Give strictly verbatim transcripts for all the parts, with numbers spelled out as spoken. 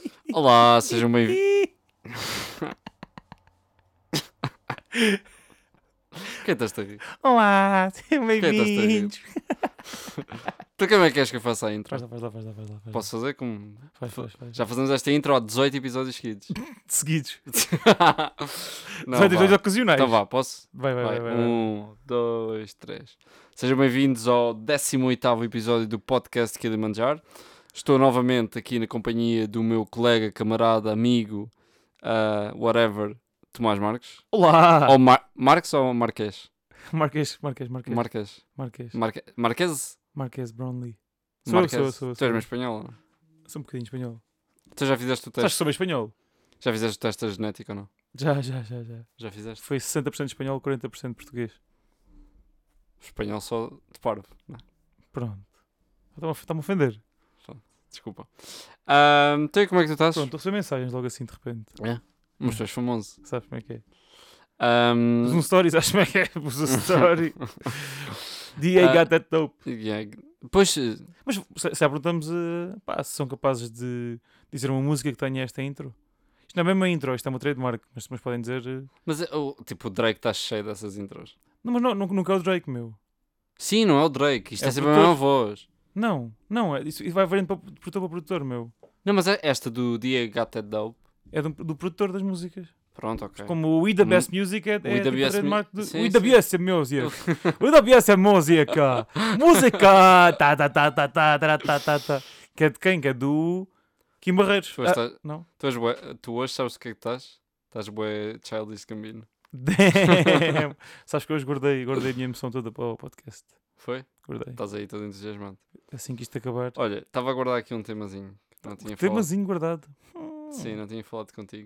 Olá, sejam bem-vindos. Quem estás a rir? Olá, sejam Quem estás a rir? bem-vindos. Tu como é que queres que eu faça a intro? Faz lá, faz lá, faz lá, faz lá. Faz Posso fazer como... Faz, faz, faz. Já fazemos esta intro há dezoito episódios seguidos. Seguidos. Não, Só dois vá. ocasionais. Então vá, posso? Vai, vai, vai. vai, vai. Um, dois, três. Sejam bem-vindos ao décimo oitavo episódio do podcast Kilimanjaro. Estou novamente aqui na companhia do meu colega, camarada, amigo, uh, whatever, Tomás Marques. Olá. Ou Mar Marques ou Marques? Marquês, Marquês, Marquês. Marques. Marquês. Marque Marques? Marquês Brownlee. Sou, Marques. sou, sou, Tu és sou. mesmo espanhol, não? Sou um bocadinho espanhol. Tu já fizeste o Sabes que teste? sou bem espanhol? Já fizeste o teste da genética ou não? Já, já, já, já. Já fizeste? Foi sessenta por cento espanhol, quarenta por cento português. Espanhol só de parvo. Não, Pronto. Está-me a- Está-me a ofender. desculpa. Ahm, então, e como é que tu estás? Pronto, estou a receber mensagens logo assim de repente. É? Mas tu és famoso. Sabes como é que é? Ahm, Pus um story, sabes como é que é? Pus um story. D A Ah. got that dope. yeah. Pois, eh, Mas se, se já perguntamos eh, pá, se são capazes de dizer uma música que tenha esta intro. Isto não é mesmo a intro, isto é uma trademark, mas, mas podem dizer. eh, mas eh, o- tipo, o Drake está cheio dessas intros. Não, mas não, não, nunca é o Drake, meu. Sim, não é o Drake. Isto É é, o sempre a produtor. mesma voz. Não, não, é, isso, isso vai variando para produtor para produtor, meu. Não, mas é esta do D A Got That Dope. É do, do produtor das músicas. Pronto, ok. Como o I W S Music é, é O I W S tipo a trademark mu- do, sim, o I W S é música. O I W S é música. Música. Tá, tá, tá, tá, tá, tá, tá, tá, tá. Que é de quem? Que é do Kim Barreiros. Tu, Ah, estás- não. tu, és bué- tu hoje sabes o que é que estás? Estás bué Childish Gambino. Damn. Sabes que hoje guardei, guardei a minha emoção toda para o podcast. Foi? Guardei. Estás aí todo entusiasmado. Assim que isto acabar. Olha, estava a guardar aqui um temazinho. que Não tinha falado. Temazinho guardado. Sim, não tinha falado contigo.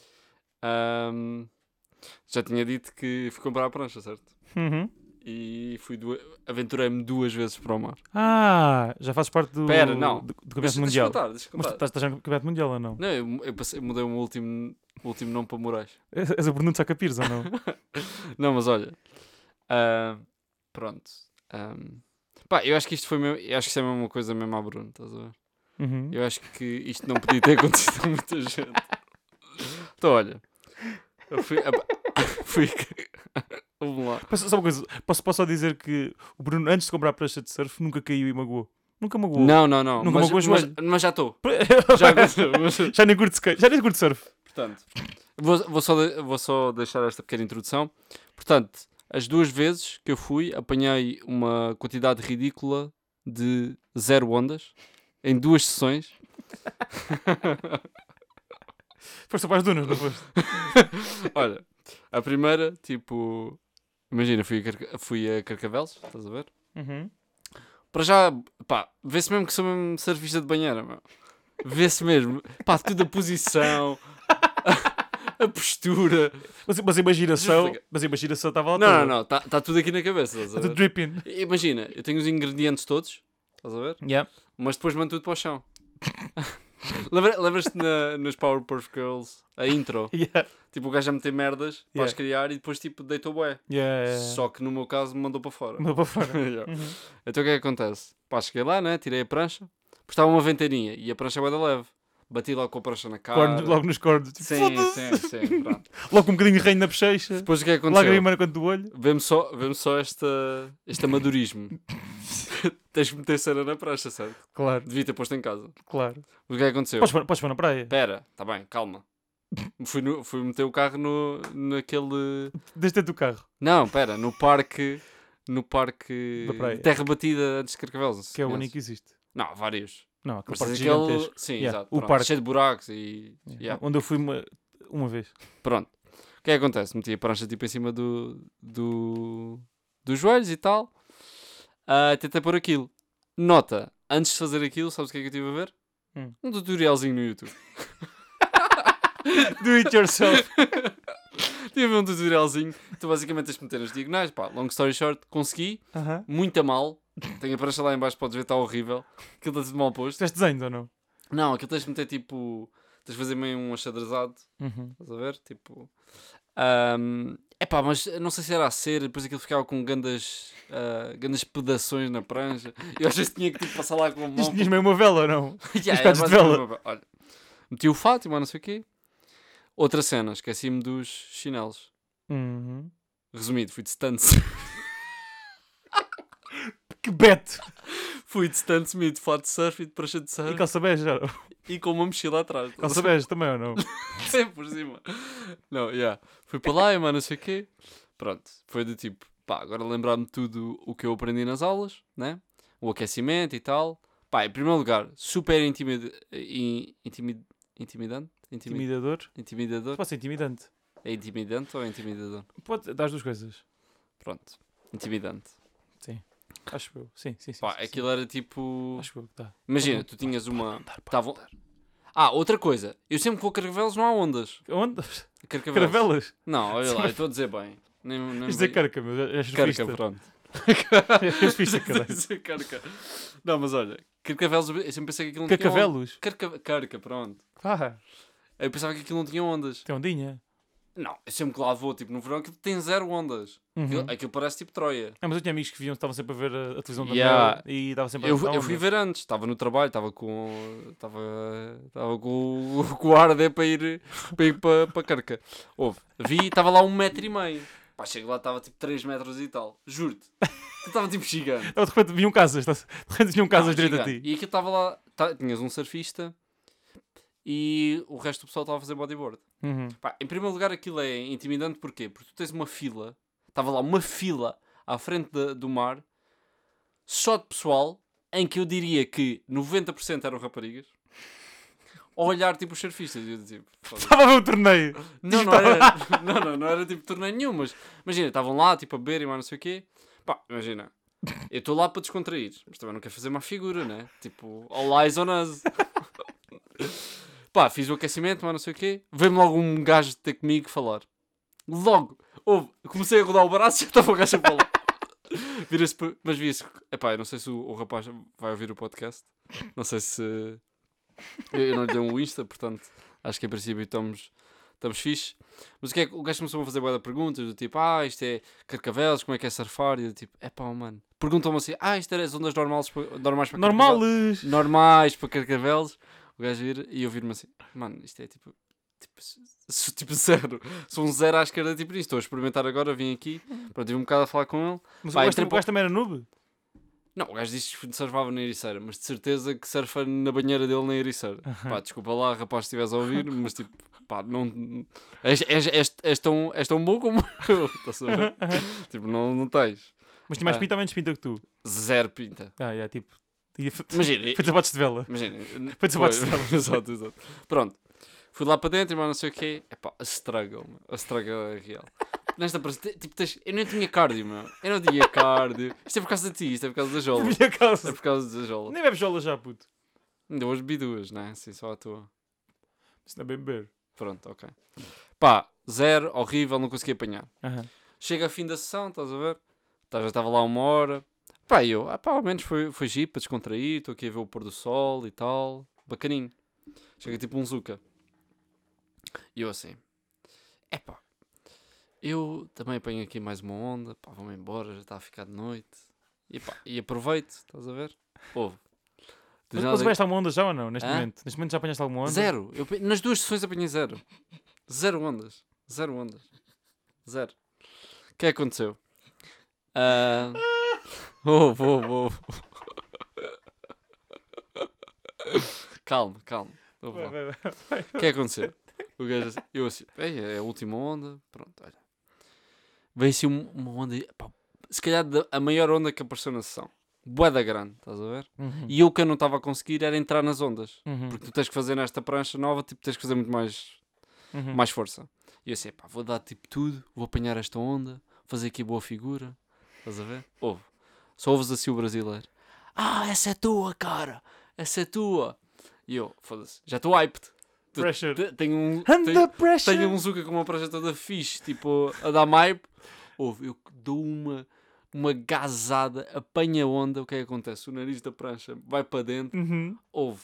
Ahm, já tinha dito que fui comprar a prancha, certo? Uhum. E fui du- aventurei-me duas vezes para o mar. Ah, já fazes parte do, Pera, não. do, do Deixa- Campeonato deixa Mundial. contar, deixa Mas tu contar. estás, estás já no Campeonato Mundial ou não? Não, eu, eu passei- mudei o meu último, o último nome para Moraes. És és o Bruno Sacapires ou não? Não, mas olha. ah, pronto. Ahm, pá, eu acho que isto foi mesmo, eu acho que isto é mesmo uma coisa mesmo à Bruno, estás a ver? Uhum. Eu acho que isto não podia ter acontecido a muita gente. Então, olha. Eu fui. a- fui Vamos lá. Mas só uma coisa, posso, posso só dizer que o Bruno, antes de comprar a prancha de surf, nunca caiu e magoou. Nunca magoou. Não, não, não. Nunca Mas, magoas, mas, mas- mas já estou. já, Já aconteceu. mas- já nem curto skate, já nem curto surf. Portanto, vou, vou, só de- vou só deixar esta pequena introdução. Portanto, as duas vezes que eu fui, apanhei uma quantidade ridícula de zero ondas em duas sessões. Foste para as dunas, não foste? Olha, a primeira, tipo, imagina, fui a, Carca- fui a Carcavelos, estás a ver? Uhum. Para já, pá, vê-se mesmo que sou mesmo surfista de banheira, meu. Vê-se mesmo, pá, tudo a posição, a, a postura. Mas, mas imagina Deixa-me só, explicar. mas imagina só, estava lá Não, não, toda. não, está tá tudo aqui na cabeça, estás a Está tudo ver? dripping. Imagina, eu tenho os ingredientes todos, estás a ver? Yeah. Mas depois mando tudo para o chão. Lembra- Lembras-te na, nos Powerpuff Girls, a intro? Yeah. Tipo, o gajo a meter merdas para Yeah. as criar e depois tipo deitou bué. Yeah. Só que no meu caso me mandou para fora. Mandou para fora. Yeah. Uhum. Então o que é que acontece? Pá, cheguei lá, né? Tirei a prancha, depois estava uma ventania e a prancha é bué da leve. Bati logo com a prancha na cara. Cornos, logo nos cornos. Tipo, Sim, foda-se. sim, sim, pronto. Logo com um bocadinho de reino na bochecha. Depois o que é que aconteceu? Lágrima no canto do olho. Vê-me só, vê só esta, este amadorismo. Tens que meter cera na prancha, certo? Claro, Devia ter posto em casa. claro. O que é que aconteceu? Podes pôr, podes pôr na praia. Espera, tá bem, calma. Fui, no- fui meter o carro no, naquele... Desde dentro do carro. Não, espera, no parque... No parque... Da praia. Terra Batida antes de Carcavelos. Que é o conheces? único que existe. Não, há vários. Não, aquele Mas parque tens aquele... gigantesco. Sim, Yeah, exato. o pronto, parque. cheio de buracos e... Yeah. yeah. Onde eu fui uma, uma vez. Pronto. O que é que acontece? Meti a prancha tipo em cima do... do dos joelhos e tal. Ah, tentei pôr aquilo. Nota, antes de fazer aquilo, sabes o que é que eu estive a ver? Hum. Um tutorialzinho no YouTube. Do it yourself. Tive a ver um tutorialzinho. Tu basicamente tens de meter as diagonais. Pá, long story short, consegui. Aham. Muito a mal. Tenho a prancha lá em baixo, podes ver, está horrível. Aquilo está tudo mal posto. Fizeste desenhos ou não? Não, aquilo tens de meter tipo... Tens de fazer meio um achadrezado. Uhum. Estás a ver? Tipo... Um, epá, mas não sei se era a ser, depois aquilo ficava com grandes, uh, grandes pedações na prancha. Eu às vezes tinha que tipo, passar lá com a mão. Isto tinhas meio uma vela ou não? Yeah, pedaços era de vela. basicamente uma- Olha, Meti o fato e mais não sei o quê. Outra cena, esqueci-me dos chinelos. Uhum. Resumido, fui de stunts. Que beto! fui de stunts, me de fato de surf e de prancha de surf. E calça bege, já. E com uma mochila atrás. Calça bege também ou não? Sempre por cima. Não, yeah. Fui para lá e mais não sei o quê. Pronto, foi do tipo, pá, agora lembrar-me tudo o que eu aprendi nas aulas, né? O aquecimento e tal. Pá, em primeiro lugar, super intimid... in- intimid... intimidante? Intimid... Intimidador? Intimidador? Pode ser intimidante. É intimidante ou é intimidador? Pode dar as duas coisas. Pronto, intimidante. Acho eu. Sim, sim, sim. Pá, sim, aquilo era tipo... sim. Acho eu que dá. Imagina, Pode tu tinhas uma... Pode Tavam... Ah, outra coisa. Eu sempre que vou a Carcavelos não há ondas. Onde? Carcavelos. Caravelas? Não, olha lá, eu estou a dizer bem. Nem, nem Isto é bem- carca, meu. É Carca, surfista. pronto. É surfista, caralho. Dizer Carca. Não, mas olha, Carcavelos, eu sempre pensei que aquilo não tinha ondas. Cacavelos? Carca, carca, pronto. Ah, Eu pensava que aquilo não tinha ondas. tem ondinha. Não, eu sempre que lá vou, tipo, no verão, aquilo tem zero ondas. Uhum. Aquilo, aquilo parece tipo Troia. Ah, mas eu tinha amigos que viam, estavam sempre a ver a, a televisão da Yeah. Mel e estavam sempre a Eu, dar eu fui onda. ver antes, estava no trabalho, estava com. Estava. Estava com, o- com o Arde para ir para, ir para, para Carca. Houve. Vi, estava lá um metro e meio. Pá, chego lá, estava tipo três metros e tal. Juro-te. Estava tipo gigante. Eu, de repente vinham casas, tá- de repente vinham casas Não, direito a gigante. ti. E aquilo estava lá. Tá, tinhas um surfista e o resto do pessoal estava a fazer bodyboard. Uhum. Pá, em primeiro lugar, aquilo é intimidante porquê? Porque tu tens uma fila, estava lá uma fila à frente da- do mar, só de pessoal, em que eu diria que noventa por cento eram raparigas, a olhar tipo os surfistas. E eu tipo, foda-se. Estava a ver o torneio. não, não era, não, não, não era tipo torneio nenhum, mas imagina, estavam lá tipo a beber e mais não sei o quê. Pá, imagina, eu estou lá para descontrair, mas também não quero fazer uma figura, né? Tipo, all eyes on us. Pá, fiz o aquecimento, mas não sei o quê. Veio-me logo um gajo ter comigo falar. Logo, houve, comecei a rodar o braço e já estava o gajo a falar. Vira-se, pa- mas vi-se. Epá, eu não sei se o, o rapaz vai ouvir o podcast. Não sei se. Eu, eu não lhe dei um Insta, portanto, acho que em princípio estamos, estamos fixe. Mas o que é que o gajo começou a fazer boas perguntas? Do tipo, ah, isto é Carcavelos, como é que é surfar? E eu tipo, epá, mano. Perguntam-me assim, ah, isto é as ondas normais, para- normais para Carcavelos? Normales. Normais para Carcavelos. O gajo vira e eu vir-me assim, mano, isto é tipo, tipo, s- tipo zero. Sou um zero à esquerda, tipo isto. Estou a experimentar agora, vim aqui, pronto, tive um bocado a falar com ele. Mas Pá, o gajo, entrei o para- gajo também era noob? Não, o gajo disse que surfava na Ericeira, mas de certeza que surfa na banheira dele na Ericeira. Pá, desculpa lá, rapaz, se estiveres a ouvir, mas tipo, pá, não. És, és, és, és, tão, és tão bom como eu, estás a ver? Tipo, não, não tens. Mas tinha mais Ah. pinta ou menos pinta que tu? Zero pinta. Ah, é tipo... tinha fe- Imagina, Feito sapatos de vela. imagina. Foi de sapatos Foi, de vela. exato, exato. Pronto. Fui lá para dentro, mas não sei o quê. Epá, a struggle, meu. A struggle é real. Nesta apresentação, tipo, tens... eu não tinha cardio, meu. Eu não tinha cardio. Isto é por causa de ti, isto é por causa da jola. Minha É calça. por causa da jola. Nem bebes jola já, puto. Ainda hoje bebi duas, né? Assim, só à toa. Isso não é bem beber. Pronto, ok. Pá, zero, horrível, não consegui apanhar. Aham. Chega a fim da sessão, estás a ver? Tá, já estava lá uma hora. Pá, e eu, ah, pá, ao menos foi, foi giro para descontrair, estou aqui a ver o pôr do sol e tal. Bacaninho. Chega tipo um Zuka. E eu assim, é pá, eu também apanho aqui mais uma onda, pá, vou-me embora, já está a ficar de noite. E pá, e aproveito, estás a ver? Ouve. Do Mas nada- mas apanhaste alguma onda já ou não? Neste Hã? momento? Neste momento já apanhaste alguma onda? Zero. Eu, apanhei- nas duas sessões apanhei zero. Zero ondas. Zero ondas. Zero. O que é que aconteceu? Ah, Ouve, ouve, ouve. Calma, calma. Ouve lá. Vai, vai, vai. O que é que aconteceu? O gajo assim, eu assim, "Ei, é a última onda. Pronto, olha. Veio assim um- uma onda, pá, se calhar da- a maior onda que apareceu na sessão. Bué da grande, estás a ver? Uhum. E eu que eu não estava a conseguir era entrar nas ondas. Uhum. Porque tu tens que fazer nesta prancha nova, tipo, tens que fazer muito mais, Uhum. mais força. E eu assim, pá, vou dar tipo tudo, vou apanhar esta onda, fazer aqui boa figura. Estás a ver? Ouve. Só ouves assim o brasileiro. Ah, essa é tua, cara. Essa é tua. E eu, foda-se, já estou hyped. Tu- Pressure. te- Tenho um, Under tenho, pressure. tenho um Zuka com uma prancha toda fixe, tipo, a dar hype. Ouve, eu dou uma, uma gazada, apanha a onda, o que é que acontece? O nariz da prancha vai para dentro, Uhum. ouve.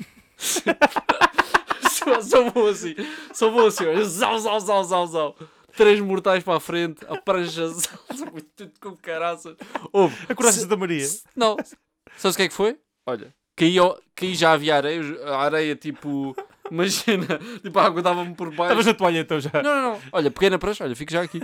só, só vou assim, só vou assim, olha, zau, zau, zau, zau, zau. Três mortais para a frente, a prancha, zau, zau, tudo com caraças. Ouve. Acordaste se- da Maria. se- Não, sabes o que é que foi? Olha, caí, ao- caí já havia areia, a areia tipo, Imagina, tipo, a água dava-me por baixo. Estavas na toalha então já. Não, não, não. Olha, pequena prancha, olha, fico já aqui.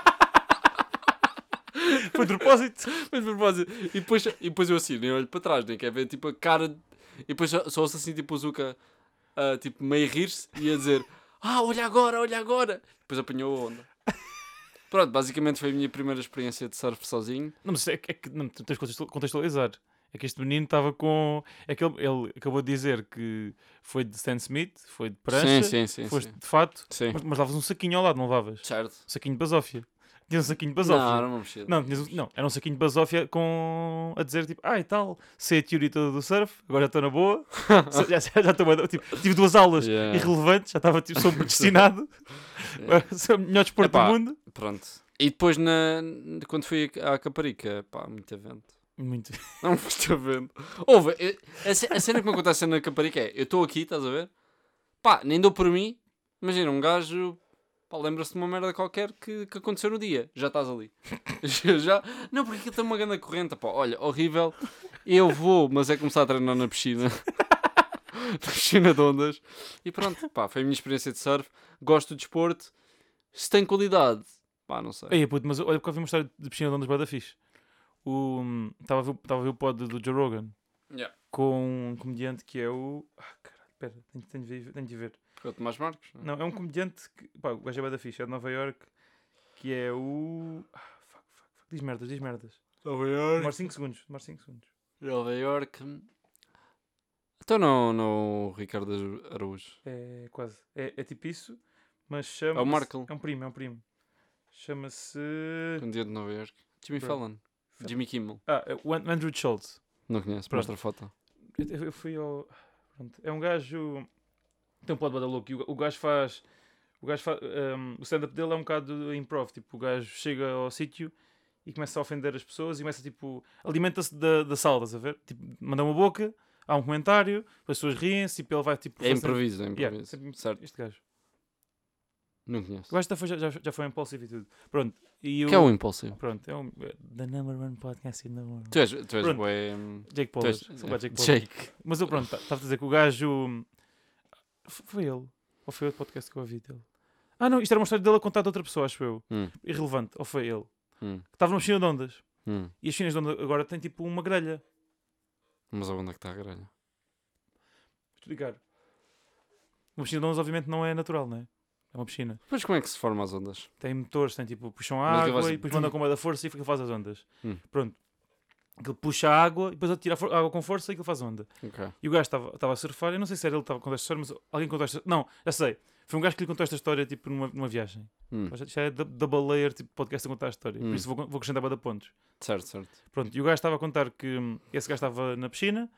Foi de propósito. Mas de propósito. E depois, e depois eu assim, nem olho para trás, nem quer ver, tipo, a cara... de- E depois só só ouço assim, tipo, o Zuka, ah, tipo, meio a rir-se e a dizer ah, olha agora, olha agora. Depois apanhou a onda. Pronto, basicamente foi a minha primeira experiência de surf sozinho. Não, mas é que, é que não, tu tens de contextualizar. É que este menino estava com... É que ele, ele acabou de dizer que foi de Stan Smith, foi de prancha, Sim, sim, sim. foste sim. de fato, Sim. mas, mas lavas um saquinho ao lado, não lavas? Certo. Um saquinho de basófia. Tinha um saquinho de Não, basófia. era uma mexida. Não, tinhas- não, era um saquinho de basófia com... a dizer tipo, ah e tal, sei a teoria toda do surf, agora já estou na boa, já, já, já estou a- tipo, tive duas aulas Yeah. irrelevantes, já estava tipo, sou predestinado, Yeah. sou o melhor desporto Epá. do mundo. Pronto. E depois, na... quando fui à Caparica, pá, muito evento. Muito. Não, muito evento. Ouve, eu- a ce- a cena que me acontece na Caparica é, eu estou aqui, estás a ver? Pá, nem dou por mim. Imagina, um gajo, pá, lembra-se de uma merda qualquer que, que aconteceu no dia. Já estás ali. Já... Não, porque aquilo tem uma grande corrente, pá. Olha, horrível. Eu vou, mas é começar a treinar na piscina. Na piscina de ondas. E pronto, pá, foi a minha experiência de surf. Gosto do desporto. Se tem qualidade, pá, não sei. Ei, puto, mas olha porque eu vi uma história de piscina de ondas bué da fixe. Estava a ver estava a ver o pod do Joe Rogan Yeah. com um comediante que é o... Ah, caralho, espera, tenho, tenho, de ver- tenho de ver. Ficou Tomás Marcos? Não, é um comediante que... Pá, o gajo é bué da fixe, é de Nova York, que é o... Ah, fuck, fuck, fuck. Diz merdas, diz merdas. Nova Demora cinco segundos, demora cinco segundos. Nova York. Então não, não o Ricardo Araújo. É quase. É, é tipo isso, mas chama É o Markle. É um primo, é um primo. Chama-se... Um dia de Nova York. Jimmy Pronto. Fallon. Jimmy Kimmel. Ah, é o An- Andrew Schultz. Não conheço, Pronto. mostra a foto. Eu, eu fui ao... Pronto. É um gajo... Tem um plot bué da louco. E o, o gajo faz... O gajo faz... um, o stand-up dele é um bocado improv. Tipo, o gajo chega ao sítio e começa a ofender as pessoas e começa, tipo... Alimenta-se da, da sala, estás a ver? Tipo, manda uma boca, há um comentário, as pessoas riem-se e ele vai, tipo... É fazer- improviso, é Yeah, improviso. sempre- Certo. Este gajo. Não conheço. O gajo até foi, já, já, já foi impulsivo e tudo. Pronto. E Que é o Impulsive? Pronto. É um... The number one podcast in the world. Tu és, tu és Pronto. bué... Jake Tu Paul. és... Sou bué Jake Paul. Jake. Mas eu, pronto, estava a dizer que o gajo... F- Foi ele. Ou foi outro podcast que eu ouvi dele? Ah, não. Isto era uma história dele a contar de outra pessoa, acho eu. Hum, Irrelevante. Ou foi ele. hum, Que estava numa piscina de ondas. hum. E as piscinas de ondas agora têm tipo uma grelha. Mas aonde é que está a grelha? Vou explicar. Uma piscina de ondas obviamente não é natural, não é? É uma piscina. Depois como é que se formam as ondas? Tem motores, tem tipo, puxam Mas aquilo água vai e ser- depois mandam com uma da força e aquilo faz as ondas. Hum. Pronto. Aquilo puxa a água e depois ele tira a for- a água com força e aquilo faz onda. Ok. E o gajo estava estava a surfar, eu não sei se era ele que estava a contar esta história, mas alguém contou esta... Não, já sei. Foi um gajo que lhe contou esta história tipo numa, numa viagem. Hum. Mas já é dou- double layer tipo podcast a contar a história. Hum. Por isso vou, vou acrescentar bada pontos. Certo, certo. Pronto, e o gajo estava a contar que hum, esse gajo estava na piscina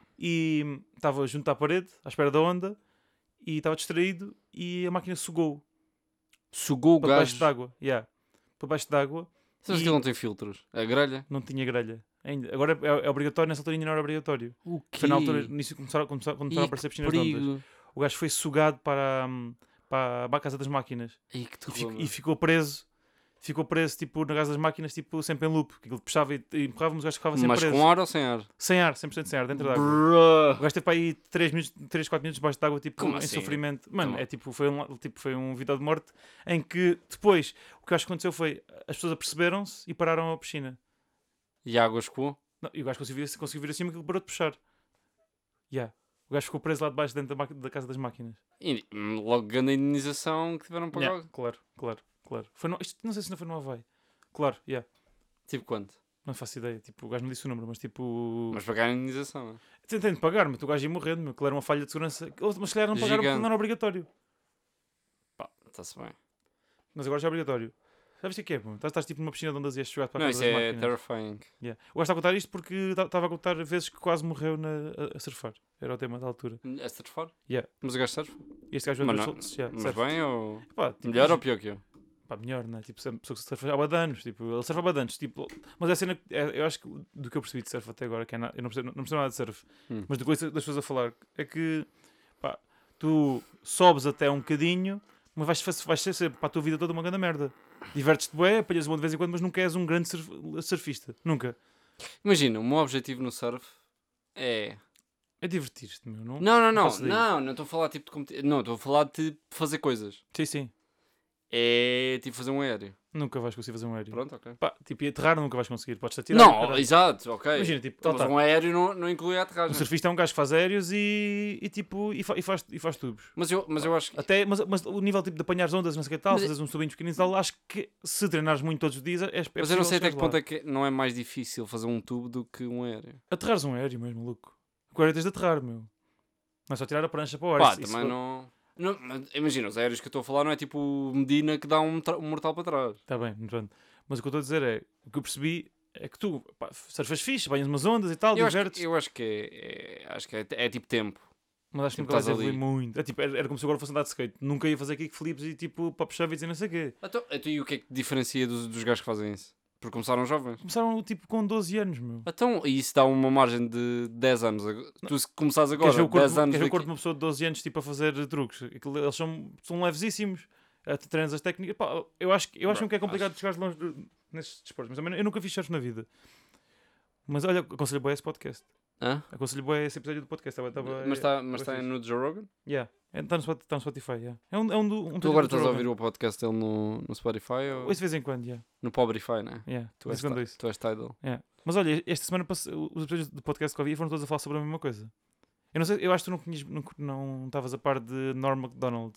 e hum, estava junto à parede, à espera da onda, e estava distraído e a máquina sugou Sugou o para baixo gajo. d'água. Yeah. Para baixo d'água. Sabes E- que ele não tem filtros? A grelha? Não tinha grelha. Ainda. Agora é, é obrigatório, nessa altura ainda não era obrigatório. O quê? Foi na altura, nisso começaram, começaram, quando começaram a aparecer piscinas de ondas. perigo. O gajo foi sugado para, hum, para, para a casa das máquinas. Ai, que E, terror, fico- meu. e ficou preso. Ficou preso, tipo, na casa das máquinas, tipo, sempre em loop. Que ele puxava e, e empurrava, mas o gajo ficava sempre Mas preso. com ar ou sem ar? Sem ar, cem por cento sem ar, dentro da água. O Bruh. gajo teve para aí três, minutos, três quatro minutos debaixo de água, tipo, Como em assim? sofrimento. Mano, Como? é tipo, foi um, tipo, foi um vida de morte em que depois, o que eu acho que aconteceu foi, as pessoas aperceberam-se e pararam a piscina. E a água escoou? Não, e o gajo conseguiu vir, conseguiu vir acima que ele parou de puxar. Yeah. O gajo ficou preso lá debaixo, dentro da, maqui- da casa das máquinas. E hum, logo grande indenização que tiveram para Yeah, pagar. claro, claro, claro. Foi no, isto, não sei se não foi no Havaí. Claro, yeah. Tipo quanto? Não faço ideia. Tipo, o gajo não disse o número, mas tipo... Mas pagar a indenização, não é? Tentei de pagar, mas o gajo ia morrendo, meu. Aquilo era uma falha de segurança. Mas se calhar não pagaram porque Gigante. não era obrigatório. Pá, está-se bem. Mas agora já é obrigatório. Sabes o que é, pô? Estás, estás tipo numa piscina de ondas e és jogado para a Não, casa isso das é máquinas. terrifying. Yeah. Eu gosto de contar isto porque estava a contar vezes que quase morreu na, a, a surfar. Era o tema da altura. É surfar? Yeah. Mas o gajo surfa? E este gajo Mas, Andrew não, Schultz, yeah, mas surfa. bem ou... Pá, tipo, Melhor ou pior que eu? Pá, melhor, né? Tipo, sempre pessoa que surfa há badanos. Tipo, ele surfa há badanos. Tipo, mas a cena, que- é, eu acho que do que eu percebi de surf até agora, que é na, eu não percebo, não percebo nada de surf, Hum. mas do que eu ouço das pessoas a falar, é que pá, tu sobes até um bocadinho, mas vais, vais, vais ser sempre para a tua vida toda uma grande merda. Divertes-te bem, apanhas uma de vez em quando, mas nunca és um grande surf- surfista. Nunca. Imagina, o meu objetivo no surf é É divertir-te, meu. Não, Não, não, não. passo daí. Não, não estou a falar tipo de competi- Não, estou a falar de tipo, fazer coisas. Sim, sim. É tipo fazer um aéreo. Nunca vais conseguir fazer um aéreo. Pronto, ok. Pá, tipo, e aterrar nunca vais conseguir. Podes atirar. e o Não, caralho. exato, ok. Imagina, tipo, Então, lá mas tá. um aéreo não, não inclui a Um aterragem. surfista é um gajo que faz aéreos e, e tipo, e, fa- e faz, e faz tubos. Mas eu, mas eu acho que. Até, mas, mas o nível tipo, de apanhar as ondas, não sei o que tal, Mas- fazeres uns tubinhos pequeninos e tal, acho que se treinares muito todos os dias, é, é Mas eu não sei até que ponto é... é que não é mais difícil fazer um tubo do que um aéreo. Aterrares um aéreo mesmo, maluco. Agora tens de aterrar, meu. Não é só tirar a prancha para o ar. Pá, Isso- isso também for- não... não. mas Imagina, os aéreos que eu estou a falar não é tipo o Medina que dá um, tra- um mortal para trás. Tá bem, pronto. Mas o que eu estou a dizer é, o que eu percebi é que tu pá, surfas fixe, banhas umas ondas e tal, Eu acho, divertes, que, eu acho que é, é- acho que é, é tipo tempo. mas acho que tipo, nunca vais estás evoluir ali. muito. É, tipo, era, era como se eu agora fosse andar de skate. Nunca ia fazer kickflips e tipo pop shovels e não sei o quê. Então, então, e o que é que diferencia dos, dos gajos que fazem isso? Porque começaram jovens. Começaram tipo com doze anos, meu. Então, e isso dá uma margem de dez anos. Ag- Tu se começares Queres agora, ver o corpo, dez anos queres ver o daqui... corpo de uma pessoa de doze anos tipo, a fazer truques? Aquilo- Eles são, são levesíssimos. Uh, treinas as técnicas. Pá, eu acho, que- eu acho Bro, que é complicado acho- de chegar longe do, nestes desportos. Mas também eu nunca fiz surf na vida. Mas olha, aconselho bem esse podcast. Hã? Aconselho bem esse episódio do podcast. Tava, tava, Mas está é- mas tava tá fixe. no Joe Rogan? Yeah. Está no, Spot- tá no Spotify. Yeah. É um, é um, do, um Tu agora estás a ouvir o podcast dele no, no Spotify ou Ouço de vez em quando, yeah. no Pobrify, né? Yeah. Tu De és, vez em quando ti- ouço. tu és Tidal. Yeah. Mas olha, esta semana passe- os episódios do podcast que eu ouvi foram todos a falar sobre a mesma coisa. Eu não sei, eu acho que tu não conheces- não não estavas a par de Norm Macdonald,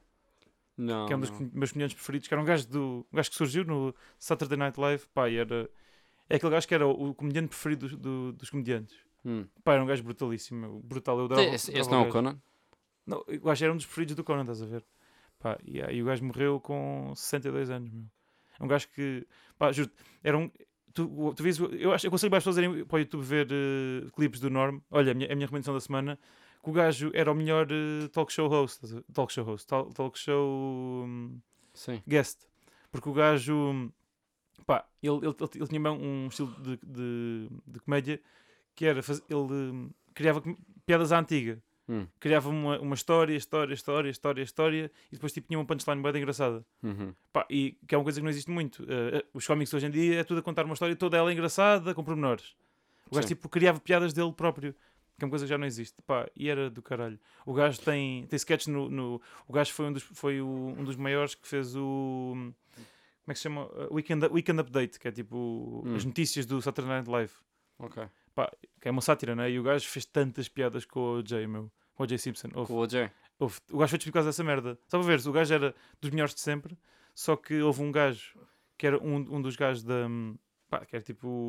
Não, que é um dos não. com- meus comediantes preferidos, que era um gajo, do, um gajo que surgiu no Saturday Night Live, pá, e era, é aquele gajo que era o, o comediante preferido dos, do- dos comediantes. Hum. Pá, era um gajo brutalíssimo, meu, brutal, eu adorava, Esse, adorava esse não é o gajo. Conan? Não, o gajo era um dos preferidos do Conan, estás a ver? Pá, e, e o gajo morreu com sessenta e dois anos, meu. É um gajo que, pá, juro, era um... Tu, tu vês, eu acho, eu aconselho mais pessoas a irem para o YouTube ver uh, clipes do Norm. Olha, a minha, a minha recomendação da semana, que o gajo era o melhor uh, talk show host, estás a ver? talk show host, tal- talk show um, Sim. guest. Porque o gajo, um, pá, ele, ele, ele, ele tinha bem um estilo de, de, de comédia que era, faz, ele um, criava com- piadas à antiga. Hum. Criava uma, uma história, história, história, história, história, e depois tipo, tinha uma punchline bem engraçada. Uhum. Pá, e que é uma coisa que não existe muito. Uh, uh, os cómics hoje em dia é tudo a contar uma história toda ela engraçada, com pormenores. O gajo Sim. tipo, criava piadas dele próprio, que é uma coisa que já não existe. Pá, e era do caralho. O gajo tem, tem sketches no, no. O gajo foi, um dos, foi o, um dos maiores que fez o. Como é que se chama? Uh, Weekend, Weekend Update, que é tipo Hum. as notícias do Saturday Night Live. Ok. Pá, que é uma sátira, né? E o gajo fez tantas piadas com o O J, meu. Com o O J Simpson. Houve- Com o O J. houve- o gajo foi despedido por causa dessa merda. Só para ver, o gajo era dos melhores de sempre, só que houve um gajo que era um, um dos gajos da. Pá, que era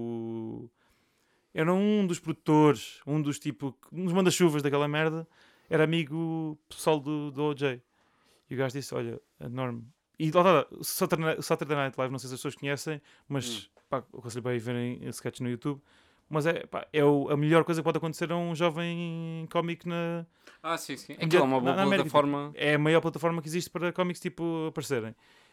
tipo. Era um dos produtores, um dos tipo. Um dos manda-chuvas daquela merda, era amigo pessoal do, do O J. E o gajo disse: Olha, enorme. E lá está, o Saturday, o Saturday Night Live, não sei se as pessoas conhecem, mas Hum. pá, eu aconselho bem a verem esse sketch no YouTube. Mas é, pá, é o- a melhor coisa que pode acontecer a um jovem cómico na. Ah, sim, sim. Na- Aquilo é uma boa na América, plataforma. É a maior plataforma que existe para cómics tipo aparecerem.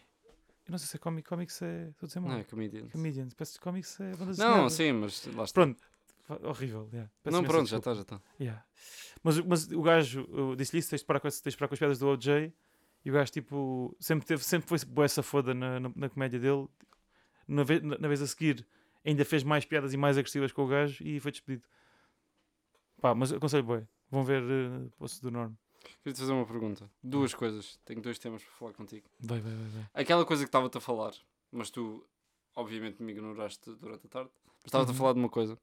Eu não sei se é cómic, cómics é. Estou a dizer mal. Não, é comedians. Comedians, peço cómics é bandas Não, desenhadas. sim, mas lá está. Pronto, Fa- horrível. Yeah. Peço Não, imensa pronto, já desculpa. está, já está. Yeah. Mas, mas o gajo eu disse-lhe isso: tens de parar com, esse- tens de parar com as piadas do O J. E o gajo, tipo, sempre, teve, sempre foi boa essa foda na, na, na comédia dele. Na vez, na, na vez a seguir, ainda fez mais piadas e mais agressivas com o gajo e foi despedido. Pá, mas aconselho bem. Vão ver uh, o post do Norm. Queria-te fazer uma pergunta. Duas coisas. Tenho dois temas para falar contigo. Vai, vai, vai. vai. Aquela coisa que estava-te a falar, mas tu, obviamente, me ignoraste durante a tarde. Mas estava-te Uhum. a falar de uma coisa.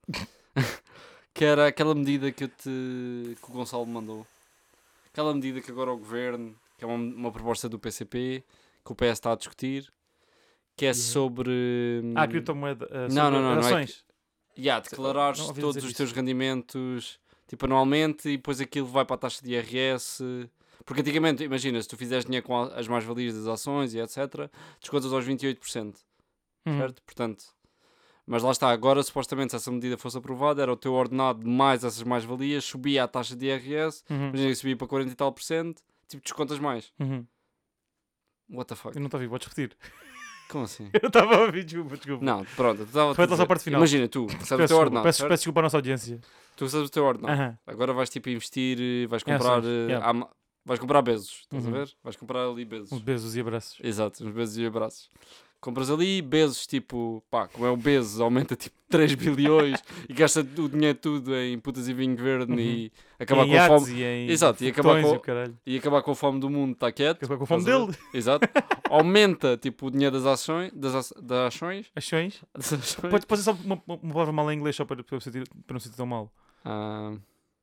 Que era aquela medida que, eu te, que o Gonçalo me mandou. Aquela medida que agora o Governo, que é uma, uma proposta do P C P, que o P S está a discutir, que é Yeah. sobre... Ah, criptomoeda. Uh, Não, sobre não, não, não é ações. Yeah, declarares Não ouvi todos dizer os isso. teus rendimentos tipo anualmente e depois aquilo vai para a taxa de I R S. Porque antigamente, imagina, se tu fizeres dinheiro com a- as mais-valias das ações e etcétera, descontas aos vinte e oito por cento, Uhum. certo? Portanto, mas lá está, agora supostamente se essa medida fosse aprovada, era o teu ordenado mais essas mais-valias, subia a taxa de I R S, Uhum. imagina que subia para quarenta e tal por cento, tipo descontas mais. Uhum. What the fuck? Eu não estava a ouvir, podes repetir. Como assim? Eu não estava a ouvir, desculpa, desculpa. Não, pronto, estava Foi lá só a parte final. Imagina, tu recebes o Peço teu desculpa, ordenado, peço, certo? peço desculpa à nossa audiência. Tu recebes o teu ordenado. Aham. Agora vais tipo investir, eh, vais Em comprar, ações, eh, yeah. ama- vais comprar Bezos, estás Uhum. a ver? Vais comprar ali Bezos. Uns beijos e abraços. Exato, uns Bezos e abraços. compras ali, Bezos, tipo, pá, como é o Bezos, aumenta tipo três bilhões e gasta o dinheiro tudo em putas e vinho verde Uhum. e acabar em com a iates fome. e em Exato, e acabar foguetões com- e o caralho. E acabar com a fome do mundo, está quieto. Acabar com a fome estás a ver? dele. Exato. Aumenta tipo o dinheiro das ações. Das, a- das ações. Ações. Das ações. Pode, pode ser só uma, uma uma palavra mal em inglês só para, para, não sentir, para não sentir tão mal. Ah,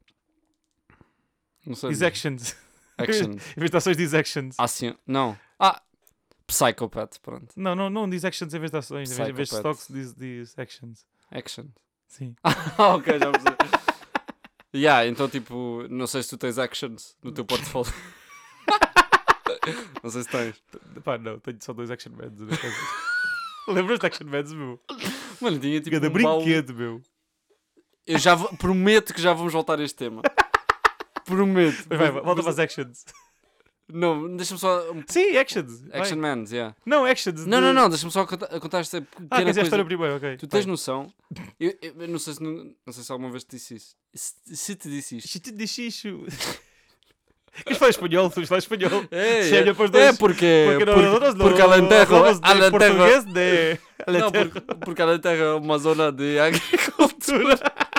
não sei. Diz actions. Actions. Em vez de ações, diz actions. Ação. Não. Ah, Psychopath, pronto. Não, não, não diz actions em vez de ações. Em vez, em vez de Psychopath. stocks, diz, diz actions. Action. Sim. Ah, ok, já percebi. Yeah, então tipo, não sei se tu tens actions no teu portfólio. Não sei se tens. Pá, não, tenho só dois action mans. Lembras de action mans, meu? Mano, tinha tipo Cada um baú. brinquedo, meu. Eu já vou- prometo que já vamos voltar a este tema. Prometo. Mas vai, Mas- volta mas- para as actions. Não, deixa-me só. um- Sim, actions. vai. Action Mans, yeah. Não, actions. Não, de- não, não, deixa-me só contar, contar esta Ah, pequena quer dizer a coisa. história primeiro, ok. Tu tens Vai. noção? Eu, eu- eu não sei se não, não sei se alguma vez te disse isso. Se, se te disse isto. Xixi de xixo. Queres falar espanhol? Tu falar espanhol? É, Se é, olha para os é dois. porque, Porque, porque, nosotros no porque Alentejo, hablamos de Alentejo, portugués de não, Alentejo. porque, porque Alentejo é uma zona de agricultura.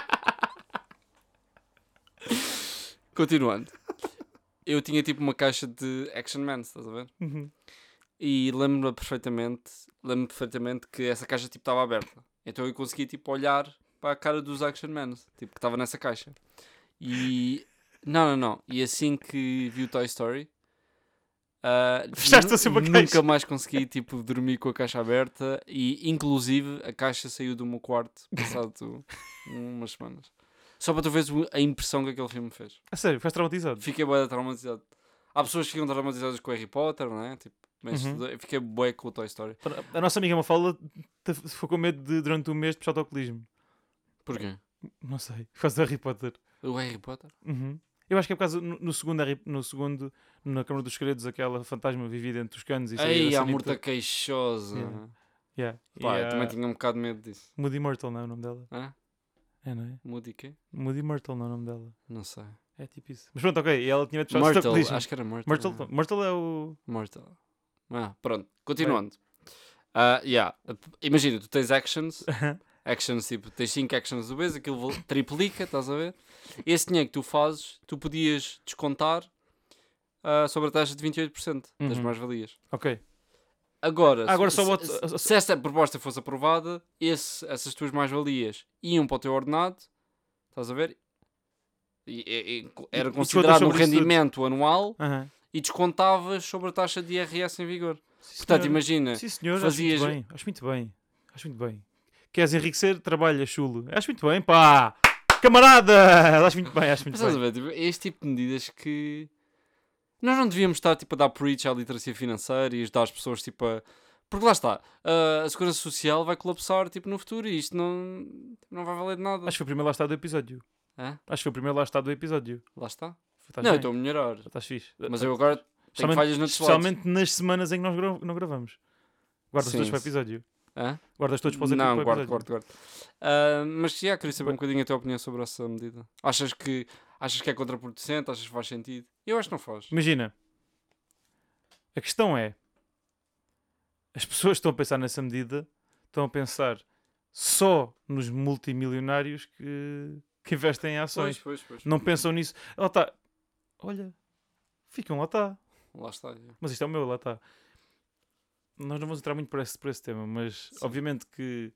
Continuando. Eu tinha tipo uma caixa de Action Man, estás a ver? Uhum. E lembro-me perfeitamente, lembro-me perfeitamente que essa caixa tipo estava aberta. Então eu consegui tipo olhar para a cara dos Action Man, tipo que estava nessa caixa. E não, não, não. E assim que vi o Toy Story, ah, Fechaste nu- assim uma nunca caixa. mais consegui tipo dormir com a caixa aberta e inclusive a caixa saiu do meu quarto passado umas semanas. Só para tu veres o- a impressão que aquele filme fez. A sério, ficaste traumatizado. Fiquei bué traumatizado. Há pessoas que ficam traumatizadas com o Harry Potter, não é? Tipo, mas Uhum. eu fiquei bué com o Toy Story. A nossa amiga Mafalda te- ficou com medo de, durante um mês, de puxar autocolismo. Porquê? Não sei. Por causa do Harry Potter. O Harry Potter? Uhum. Eu acho que é por causa, no, no segundo, Harry- no segundo, na Câmara dos Segredos, aquela fantasma vivia dentro dos canos. E saía Ei, da a sanita. murta queixosa. Yeah. Yeah. Pá, E eu a também tinha um bocado de medo disso. Moody Myrtle, não é o nome dela? Hã? É, não é? Moody quê? Moody Myrtle não é o nome dela. Não sei. É tipo isso. Mas pronto, ok. E ela tinha medo de puxar Myrtle, autocolismo. acho que era Myrtle. Myrtle, yeah. Myrtle é o... Myrtle. Ah, pronto. Continuando. Ah, yeah. Imagina, tu tens actions. Actions, tipo, tens cinco actions do mês, aquilo vol- triplica, estás a ver? Esse dinheiro que tu fazes, tu podias descontar ah, sobre a taxa de vinte e oito por cento das Uhum. mais-valias. Ok. Agora, Ah, agora se, só se- boto- se, se esta proposta fosse aprovada, esse, essas tuas mais-valias iam para o teu ordenado, estás a ver? E, e- e era e considerado um descontas sobre isso tudo. rendimento anual Aham. e descontavas sobre a taxa de I R S em vigor. Sim, Portanto, senhor. imagina, Sim, senhor. fazias- Acho muito bem. Acho muito bem. Acho muito bem. Queres enriquecer? Trabalha, chulo. Acho muito bem, pá. Camarada! Acho muito bem, acho muito mas estás a bem. ver, tipo, é este tipo de medidas que nós não devíamos estar tipo, a dar preach à literacia financeira e ajudar as pessoas tipo, a... Porque lá está, a, a segurança social vai colapsar tipo, no futuro e isto não, não vai valer de nada. Acho que foi o primeiro lá está do episódio. Hã? Acho que foi o primeiro lá está do episódio. Lá está. Estás não, eu bem? estou a melhorar. Estás fixe. Mas eu agora tenho Especialmente- falhas no slides. Especialmente nas semanas em que nós gra- não gravamos. Guardas Sim, todos para o sim. episódio. Hã? Guardas todos para os Não, para o guardo, episódio. guardo, guardo. Ah, mas já, queria saber um Bem- bocadinho a tua opinião sobre essa medida. Achas que, achas que é contraproducente? Achas que faz sentido? Eu acho que não faz. Imagina. A questão é... As pessoas que estão a pensar nessa medida estão a pensar só nos multimilionários que, que investem em ações. Pois, pois, pois. Não pensam nisso. Lá está. Olha. Ficam, lá está. Lá está. já. Mas isto é o meu, lá está. Nós não vamos entrar muito por esse, por esse tema, mas Sim. obviamente que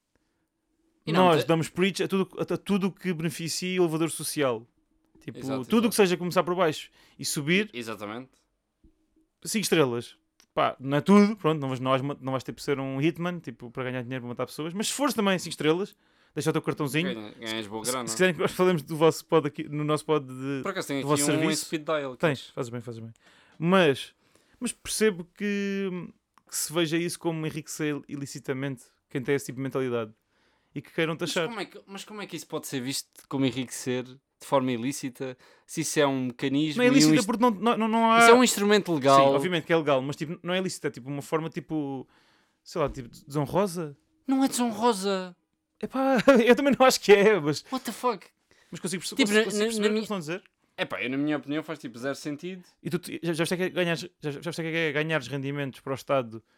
E não, nós te- damos preach a tudo, a tudo que beneficie o elevador social. Tipo, Exato, tudo exato. que seja começar por baixo e subir Exatamente. cinco estrelas. Pá, não é tudo, pronto, não vais, não vais, ma- não vais ter por ser um hitman, tipo, para ganhar dinheiro para matar pessoas, mas se fores também cinco estrelas, deixa o teu cartãozinho. Ganha- Ganhas boa Se, grana. se quiserem que nós falemos do vosso pod aqui, no nosso pod de, Por acaso tem do aqui vosso um em serviço. speed dial. que Tens, fazes bem, fazes bem. Mas, mas percebo que, que se veja isso como enriquecer ilicitamente quem tem esse tipo de mentalidade e que queiram Mas taxar. como, é que, mas como é que isso pode ser visto como enriquecer de forma ilícita? Se isso é um mecanismo Não é e um ilícita inst- porque não, não, não, não há... isso é um instrumento legal. Sim, obviamente que é legal, mas tipo, não é ilícita, é tipo uma forma tipo, sei lá, tipo desonrosa. Não é desonrosa. Epá, eu também não acho que é, mas, What the fuck? mas consigo, perce- Tipo, consigo, na- consigo na- perceber na o que minha- eles estão a dizer. Epá, eu na minha opinião faz tipo zero sentido. E tu tu- já, já viste que é ganhares, já, já viste que é ganhares rendimentos para o Estado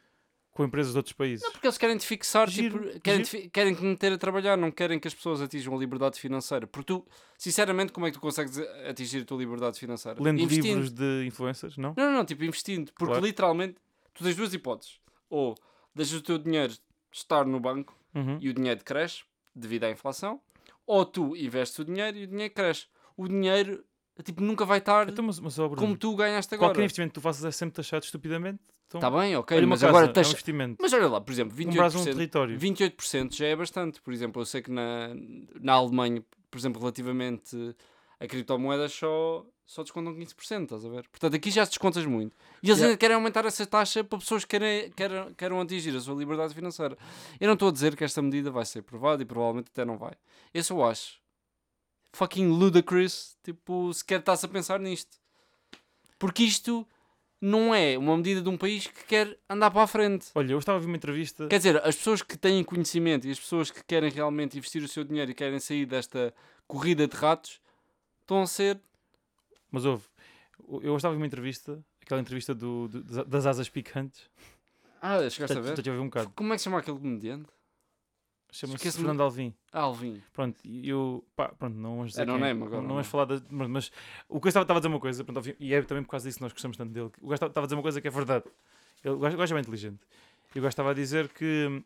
com empresas de outros países. Não, porque eles querem te fixar, Giro, tipo, querem, giro. te, querem te meter a trabalhar, não querem que as pessoas atinjam a liberdade financeira. Porque tu, sinceramente, como é que tu consegues atingir a tua liberdade financeira? Lendo Investindo. livros de influencers, não? Não, não, não, tipo, investindo. Porque Claro. literalmente, tu tens duas hipóteses. Ou deixas o teu dinheiro estar no banco Uhum. e o dinheiro cresce devido à inflação, ou tu investes o dinheiro e o dinheiro cresce. O dinheiro, tipo, nunca vai estar Então, mas, mas, ó, Bruno, como tu ganhaste agora. qualquer investimento que tu faças é sempre taxado estupidamente. Então, Está bem, ok, olha, uma mas casa, agora é um tens... investimento. Mas olha lá, por exemplo, vinte e oito Compras por um cento, território. vinte e oito por cento já é bastante. Por exemplo, eu sei que na, na Alemanha, por exemplo, relativamente a criptomoedas, só, só descontam quinze por cento, estás a ver? Portanto, aqui já descontas muito. E eles Yeah. ainda querem aumentar essa taxa para pessoas que querem, querem, queiram atingir a sua liberdade financeira. Eu não estou a dizer que esta medida vai ser aprovada e provavelmente até não vai. Eu só acho fucking ludicrous, tipo, sequer estás a pensar nisto. Porque isto não é uma medida de um país que quer andar para a frente. Olha, eu estava a ver uma entrevista. Quer dizer, as pessoas que têm conhecimento e as pessoas que querem realmente investir o seu dinheiro e querem sair desta corrida de ratos estão a ser... Mas houve. Eu estava a ver uma entrevista, aquela entrevista do, do- das asas picantes. Ah, chegaste a ver? Estou a ver um bocado. Como é que se chama aquele comediante? Chama-se Esquece-me- Fernando Alvim. Ah, Alvin. Pronto, e eu. Pá, pronto, não vamos dizer. É, não quem é. name agora, Não não. vamos falar da. Mas, mas o que eu estava, estava a dizer uma coisa, pronto, Alvim, e é também por causa disso que nós gostamos tanto dele. O gajo estava estava a dizer uma coisa que é verdade. Ele, o gajo o gajo é bem inteligente. E o gajo estava a dizer que.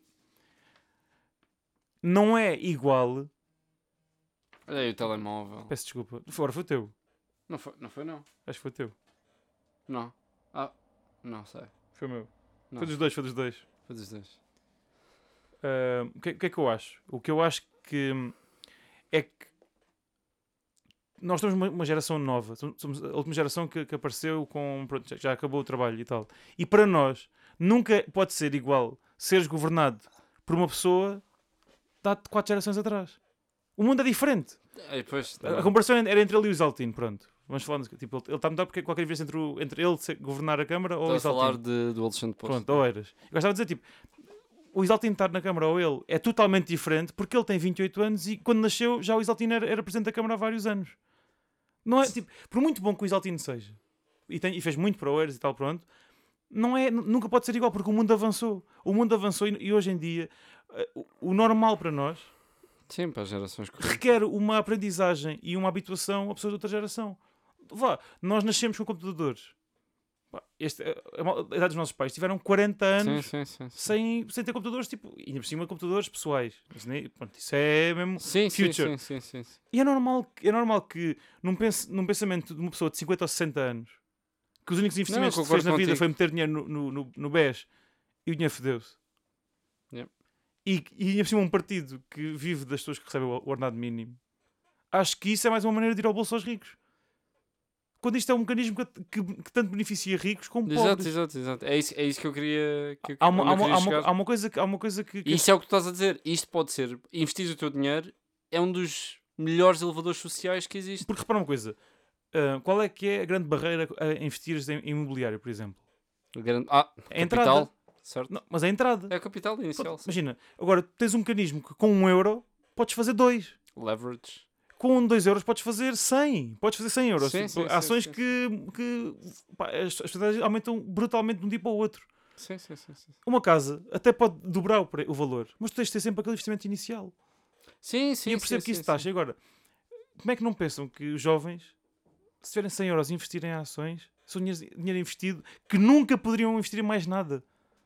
Não é igual. Olha aí o telemóvel. Peço desculpa. Fora, foi o teu. Não foi, não foi não. Acho que foi o teu. Não. Ah, não sei. Foi o meu. Não. Foi dos dois, foi dos dois. Foi dos dois. Ah, o que, o que é que eu acho? O que eu acho que hum, é que nós somos uma, uma geração nova, somos somos a última geração que, que apareceu com pronto, já, já acabou o trabalho e tal. E para nós nunca pode ser igual seres governado por uma pessoa de há quatro gerações atrás. O mundo é diferente. Aí, pois, A, a comparação era entre ele e o Isaltino, pronto. Vamos falar, tipo, ele está a mudar porque qualquer diferença entre, o, entre ele ser- governar a Câmara ou o Estás a Isaltino. falar de, do Alexandre Poço. Pronto, ou eras. Eu gostava de dizer, tipo, o Isaltino estar na Câmara ou ele é totalmente diferente porque ele tem vinte e oito anos e quando nasceu já o Isaltino era, era presidente da Câmara há vários anos. Não é, tipo, por muito bom que o Isaltino seja e, tem, e fez muito para o Eras e tal, pronto, não é, nunca pode ser igual porque o mundo avançou. O mundo avançou e, e hoje em dia eh, o, o normal para nós Sim, para as gerações que... requer uma aprendizagem e uma habituação a pessoas de outra geração. Vá, nós nascemos com computadores. Pá, este, a, a idade dos nossos pais tiveram quarenta anos Sim, sim, sim. Sim, sem, sem ter computadores, tipo, e ainda por cima computadores pessoais. Isso, nem, pronto, isso é mesmo sim, sim, future. sim, sim, sim, sim. E é normal, é normal que num, pens, num pensamento de uma pessoa de cinquenta ou sessenta anos que os únicos investimentos Não, que fez concordo na vida contigo. foi meter dinheiro no, no, no, no B E S e o dinheiro fodeu-se. Yep. E, e ainda por cima um partido que vive das pessoas que recebem o ordenado mínimo. Acho que isso é mais uma maneira de ir ao bolso aos ricos. Quando isto é um mecanismo que, que, que tanto beneficia ricos como Exato, pobres. exato, exato. É isso, é isso que eu queria... Que eu, Há uma, onde há, eu uma, queria há, uma, chegar. há uma coisa que... Há uma coisa que, que E isso é o que tu estás a dizer. Isto pode ser... Investir o teu dinheiro é um dos melhores elevadores sociais que existe. Porque repara uma coisa. ah, qual é que é a grande barreira a investir em imobiliário, por exemplo? O grande... Ah, É a capital. entrada. Certo? Não, mas é a entrada. É a capital inicial. Pronto, sim. imagina, agora tens um mecanismo que com um euro podes fazer dois. Leverage. Com dois euros podes fazer cem. Podes fazer cem euros. Sim, Tipo, sim, sim, ações sim, que, que pá, as, as estratégias aumentam brutalmente de um dia para o outro. Sim, sim, sim. Sim, Uma casa até pode dobrar o, pre- o valor, mas tu tens de ter sempre aquele investimento inicial. sim. sim e eu percebo sim, que isso sim, taxa. Agora, como é que não pensam que os jovens, se tiverem cem euros e investirem em ações, são dinheiro, dinheiro investido que nunca poderiam investir em mais nada?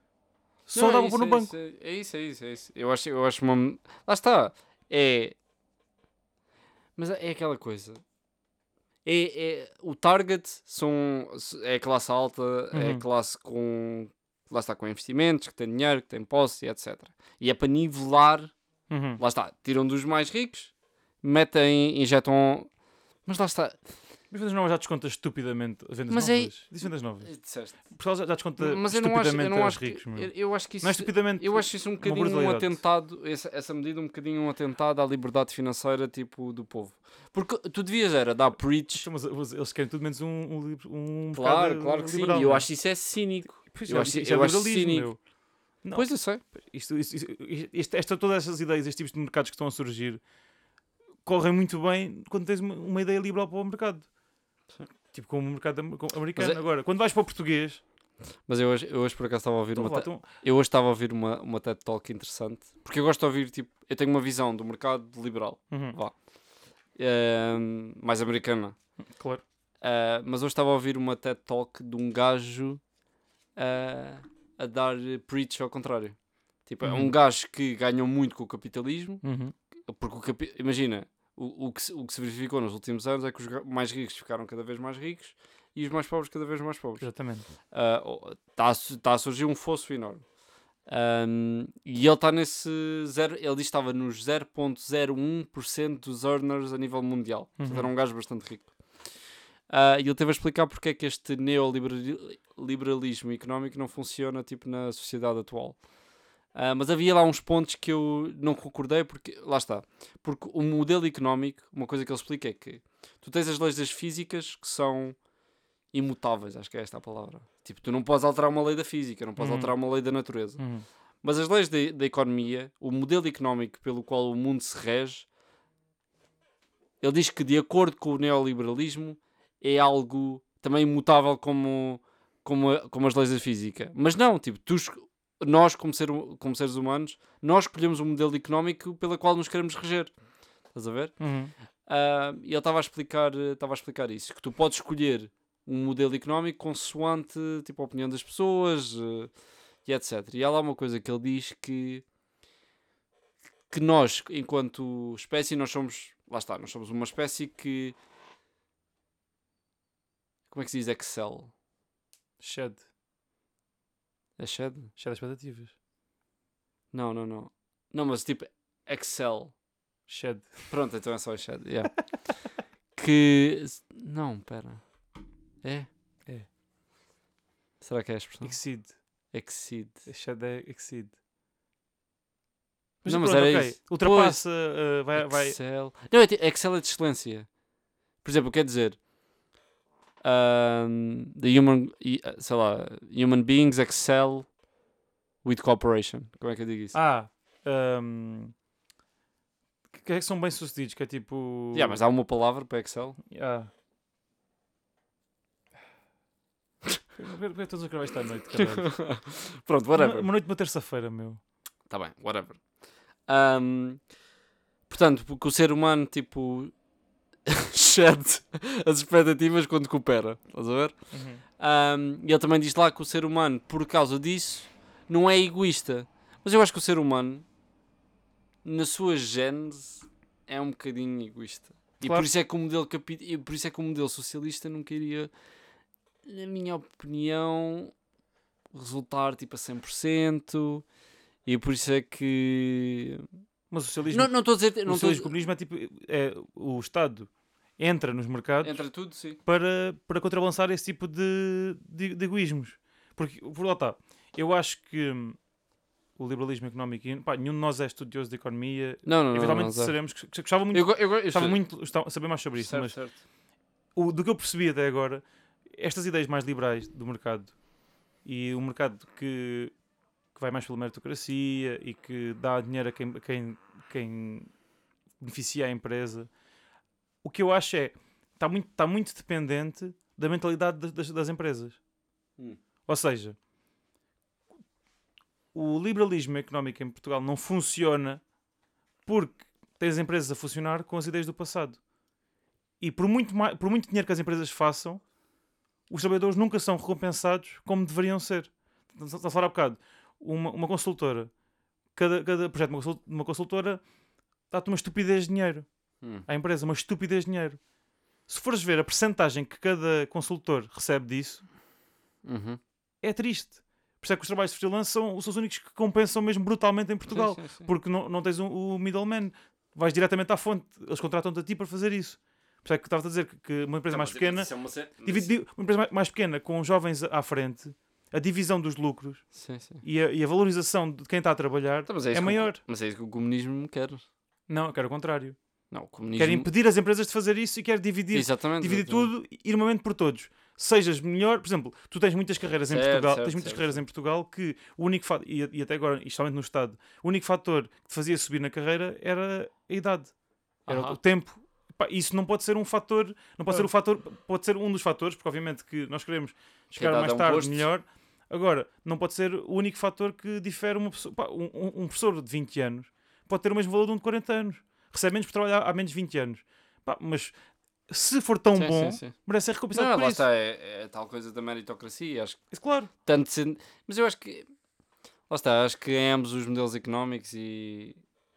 Só Não, é dava isso, pôr no é banco. isso, É isso, é isso, é isso. Eu acho, eu acho uma... Lá está. É... Mas é aquela coisa. É, é... O target são... é a classe alta, é a Uhum. classe com... Lá está, com investimentos, que tem dinheiro, que tem posse, etcétera. E é para nivelar... Uhum. Lá está. Tiram dos mais ricos, metem, injetam... Mas lá está. Mas vendas novas já desconta estupidamente as vendas Mas é- novas. Diz vendas novas. Disseste. Portugal já, já desconta Mas eu não acho, eu estupidamente não aos acho que, ricos. meu. eu, eu acho que isso, Não é estupidamente. eu acho isso um bocadinho um brutalidade. atentado, essa, essa medida um bocadinho um atentado à liberdade financeira tipo do povo. Porque tu devias era dar preach. Então, mas, mas eles querem tudo menos um, um, livro- um Claro, mercado claro que sim. liberal, E eu não é? acho isso é cínico. Pois eu é, acho- isso é eu acho liberalismo, cínico. meu. Não, Pois eu sei. isto, isto, isto, isto- esta, todas estas ideias, estes tipos de mercados que estão a surgir, correm muito bem quando tens uma, uma ideia liberal para o mercado. Sim. Tipo como o mercado am- como americano. Mas é- Agora, quando vais para o português, Mas eu hoje, eu hoje por acaso estava a ouvir Então, uma... vá, te- então- Eu hoje estava a ouvir uma, uma TED Talk interessante. Porque eu gosto de ouvir, tipo... Eu tenho uma visão do mercado liberal. Uhum, Vá. Ehm, mais americana. claro. Uh, mas hoje estava a ouvir uma TED Talk de um gajo uh, a dar preach ao contrário. Tipo, é um Uhum. gajo que ganhou muito com o capitalismo. Uhum. Porque, o capi... imagina, o, o, que se, o que se verificou nos últimos anos é que os ga- mais ricos ficaram cada vez mais ricos e os mais pobres cada vez mais pobres. Exatamente. Está a, su- tá a surgir um fosso enorme. Um, e ele está nesse zero, ele diz que estava nos zero vírgula zero um por cento dos earners a nível mundial. Portanto, Uhum. era um gajo bastante rico. Uh, e ele teve a explicar porque é que este neoliberalismo económico não funciona tipo, na sociedade atual. Uh, mas havia lá uns pontos que eu não concordei, porque lá está. Porque o modelo económico, uma coisa que ele explica é que tu tens as leis das físicas que são imutáveis, acho que é esta a palavra. Tipo, tu não podes alterar uma lei da física, não podes Uhum. alterar uma lei da natureza. Uhum. Mas as leis da, da economia, o modelo económico pelo qual o mundo se rege, ele diz que de acordo com o neoliberalismo é algo também imutável como, como, a- como as leis da física. Mas não, tipo, tu, es- nós como, ser, hu- como seres humanos, nós escolhemos um modelo económico pelo qual nos queremos reger. Estás a ver? Uhum. Ah, e ele estava a explicar, eh, estava a explicar isso, que tu podes escolher um modelo económico consoante tipo, a opinião das pessoas eh, e etcétera. E há lá uma coisa que ele diz que que nós, enquanto espécie, nós somos, lá está, nós somos uma espécie que, como é que se diz excel? Shed. É shed? Shed expectativas. Não, não, não. Não, mas tipo excel. Shed. Pronto, então é só shed, yeah. Que, não, pera. É? É. Será que é a expressão? Exceed. Exceed. Shed é exceed. Mas, Não, mas pronto, era ok. isso. Ultrapassa. uh, vai, vai... Excel. Não, é ti- Excel é de excelência. Por exemplo, quer dizer, um, the human, i- uh, sei lá, human beings excel with cooperation. Como é que eu digo isso? Ah. Um... Que é que são bem sucedidos? Que é tipo. Yeah, mas há uma palavra para Excel. Ah. Porquê que estás a gravar esta noite, caralho? Pronto, Uma, whatever. uma noite de uma terça-feira, meu. Tá bem, whatever. Um, portanto, porque o ser humano, tipo, shed as expectativas quando coopera. Estás a ver? Uhum. Um, e ele também diz lá que o ser humano, por causa disso, não é egoísta. Mas eu acho que o ser humano, na sua gênese, é um bocadinho egoísta. E Claro. por isso é que o modelo capi... e por isso é que o modelo socialista nunca iria, na minha opinião, resultar tipo a cem por cento. E por isso é que Mas o socialismo, não não estou a dizer, o não estou socialismo e o comunismo é tipo. É, o Estado entra nos mercados entre tudo, sim. para, para contrabalançar esse tipo de, de, de egoísmos. Porque, por lá está, eu acho que hum, o liberalismo económico, e, pá, nenhum de nós é estudioso de economia, Não, não, não, eventualmente não, zero. seremos, que que gostava muito, Eu, go- eu, go- eu gostava sei. muito de saber mais sobre isso, Certo, mas certo. o, do que eu percebi até agora, estas ideias mais liberais do mercado e o mercado que, que vai mais pela meritocracia e que dá dinheiro a quem, a quem, quem beneficia a empresa, o que eu acho é está muito, está muito dependente da mentalidade das- das, das empresas. Hum. Ou seja, o liberalismo económico em Portugal não funciona porque tens as empresas a funcionar com as ideias do passado. E por muito, mai- por muito dinheiro que as empresas façam, os trabalhadores nunca são recompensados como deveriam ser. Estás a falar há bocado. Uma, uma consultora, cada, cada projeto de uma consult- de uma consultora dá-te uma estupidez de dinheiro. Hum. À empresa, uma estupidez de dinheiro. Se fores ver a percentagem que cada consultor recebe disso, Uhum. é triste. Por isso é que os trabalhos de freelance são, são os únicos que compensam mesmo brutalmente em Portugal. Sim, sim, sim. Porque não, não tens um, o middleman. Vais diretamente à fonte. Eles contratam-te a ti para fazer isso. Por isso é que estava a dizer que, que uma empresa Não, mais mas- pequena, mas isso é uma ce- mas- dividi- uma empresa mais- mais pequena com jovens à frente, a divisão dos lucros Sim, sim. e a, e a valorização de quem está a trabalhar Então, mas é, é isso que o- maior. Mas é isso que o comunismo quer. Não, eu quero o contrário. Não, o comunismo... Quer impedir as empresas de fazer isso e quer dividir, Exatamente. dividir exatamente. tudo irmamente por todos. Sejas melhor, por exemplo, tu tens muitas carreiras em Certo, Portugal, certo, tens muitas certo, carreiras certo. em Portugal que o único fator, e, e até agora, especialmente no Estado, o único fator que te fazia subir na carreira era a idade, era Aham. o tempo. Pá, isso não pode ser um fator, não pode Ah. ser o fator, pode ser um dos fatores, porque obviamente que nós queremos chegar idade mais é um tarde gosto. melhor, Agora, não pode ser o único fator que difere uma pessoa. Pá, um, um, um professor de vinte anos pode ter o mesmo valor de um de quarenta anos. Recebe menos por trabalhar há menos de vinte anos. Pá, mas se for tão Sim, bom, sim, sim. merece ser recompensado Não, por lá isso. está, é, é tal coisa da meritocracia, acho que Isso, claro. tanto sendo... Mas eu acho que, lá está, acho que em ambos os modelos económicos e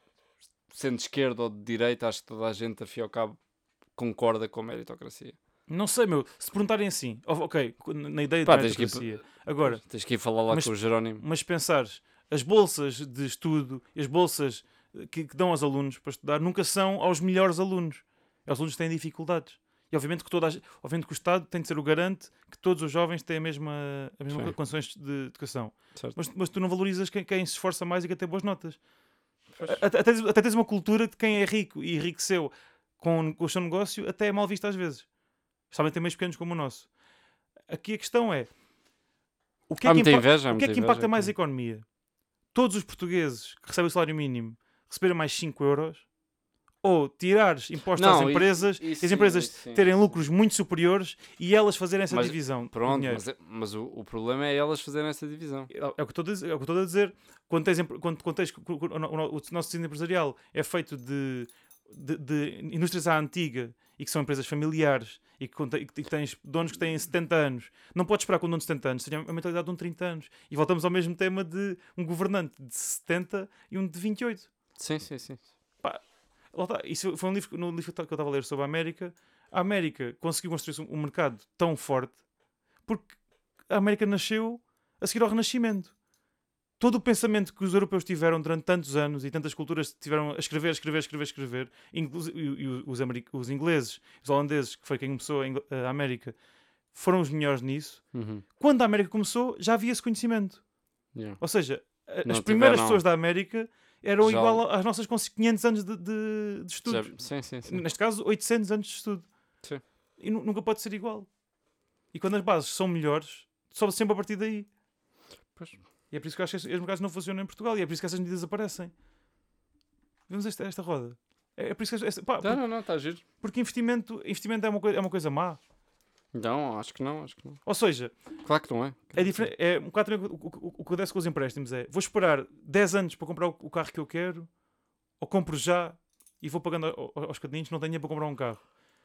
sendo de esquerda ou de direita, acho que toda a gente, a fim e ao cabo, concorda com a meritocracia. Não sei, meu. Se perguntarem assim, oh, ok, na ideia de Pá, tens que ir, meritocracia. Agora, tens que ir falar lá mas- com o Jerónimo. mas pensares, as bolsas de estudo, as bolsas que, que dão aos alunos para estudar, nunca são aos melhores alunos. Aos alunos que têm dificuldades. E obviamente que, toda a, ge- obviamente que o Estado tem de ser o garante que todos os jovens têm a mesma, as mesmas Sim. condições de educação. Certo. Mas, mas tu não valorizas quem, quem se esforça mais e quem tem boas notas. Pois. Até, até, tens- até tens uma cultura de quem é rico e enriqueceu com, com o seu negócio, até é mal visto às vezes. Especialmente em meios pequenos como o nosso. Aqui a questão é: o que é Há que, muita impa- inveja, há o que, é muita que impacta inveja mais a aqui. economia? Todos os portugueses que recebem o salário mínimo receberem mais cinco euros? Ou tirares impostos Não, às i- empresas i- e as sim, empresas isso sim, terem isso lucros muito superiores e elas fazerem essa Mas, divisão do Pronto, dinheiro? mas, é- mas o, o problema é elas fazerem essa divisão. É é o que eu estou a dizer. É o que eu estou a dizer. Quando, tens, empre- quando, quando tens, o, o- o nosso tecido empresarial é feito de, de, de indústrias à antiga e que são empresas familiares e que, contém- e que tens donos que têm setenta anos, não podes esperar que um dono de setenta anos tenha a mentalidade de um de trinta anos. E voltamos ao mesmo tema de um governante de setenta e um de vinte e oito. Sim, sim, sim. Lá está. Isso foi um livro, no livro que eu estava a ler sobre a América. A América conseguiu construir um mercado tão forte porque a América nasceu a seguir ao Renascimento. Todo o pensamento que os europeus tiveram durante tantos anos e tantas culturas tiveram a escrever, escrever, escrever, escrever, inclusive e, e os, americ- os ingleses, os holandeses, que foi quem começou a, Ingl- a América, foram os melhores nisso. Uhum. Quando a América começou, já havia esse conhecimento. Yeah. Ou seja, a- Não as primeiras tiveram- pessoas da América eram Já- igual às nossas com quinhentos anos de, de, de Já- estudos. sim, sim, sim. Neste caso, oitocentos anos de estudo. Sim. E nu- nunca pode ser igual. E quando as bases são melhores, sobe sempre a partir daí. Pois. E é por isso que eu acho que estes mercados não funcionam em Portugal. E é por isso que essas medidas aparecem. Vemos esta, esta roda. É, é por isso que esta, pá, Não, por- não, não, está giro. porque investimento, investimento é, uma coisa, é uma coisa má. Não, acho que não, acho que não. Ou seja, Claro que não é. é, diferente, é um bocado também o, o- o- o que acontece com os empréstimos. É, vou esperar dez anos para comprar o, o carro que eu quero, ou compro já e vou pagando ao- ao- aos cadinhos, não tenho dinheiro para comprar um carro.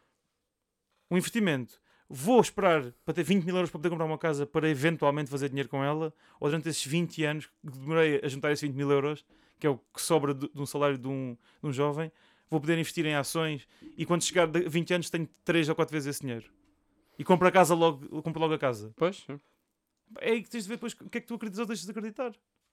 Um investimento. Vou esperar para ter vinte mil euros para poder comprar uma casa para eventualmente fazer dinheiro com ela, ou durante esses vinte anos que demorei a juntar esses vinte mil euros, que é o que sobra de, de um salário de um, de um jovem, vou poder investir em ações e quando chegar a vinte anos tenho três ou quatro vezes esse dinheiro. E compro a casa logo, compro logo a casa. Pois, sim. É aí que tens de ver depois o que é que tu acreditas ou deixas de acreditar.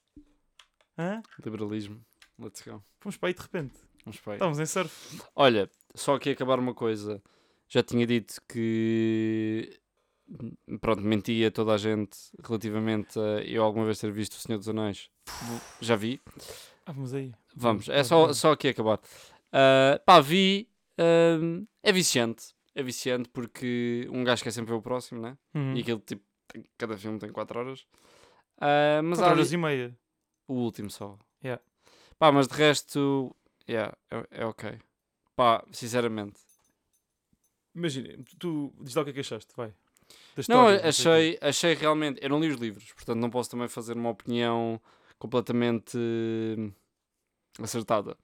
Hã? Liberalismo. Let's go. Fomos para aí de repente. Vamos para aí. Estávamos em surf. Olha, só aqui acabar uma coisa. Já tinha dito que pronto, mentia toda a gente relativamente a eu alguma vez ter visto O Senhor dos Anéis. Já vi. Ah, vamos aí. Vamos, é Tá só, bem. só aqui acabar. Ah, pá, vi. ah, é viciante. É viciante porque um gajo quer sempre ver o próximo, né? Uhum. E aquele tipo, tem- cada filme tem quatro horas. Ah, mas Quatro há horas ali- e meia. o último só. Yeah. Pá, mas de resto, yeah, é, é ok. Pá, sinceramente. Imagina, tu diz lá o que é que achaste, vai. Da Não, história, sei o quê. achei, achei realmente. Eu não li os livros, portanto não posso também fazer uma opinião completamente eh, acertada.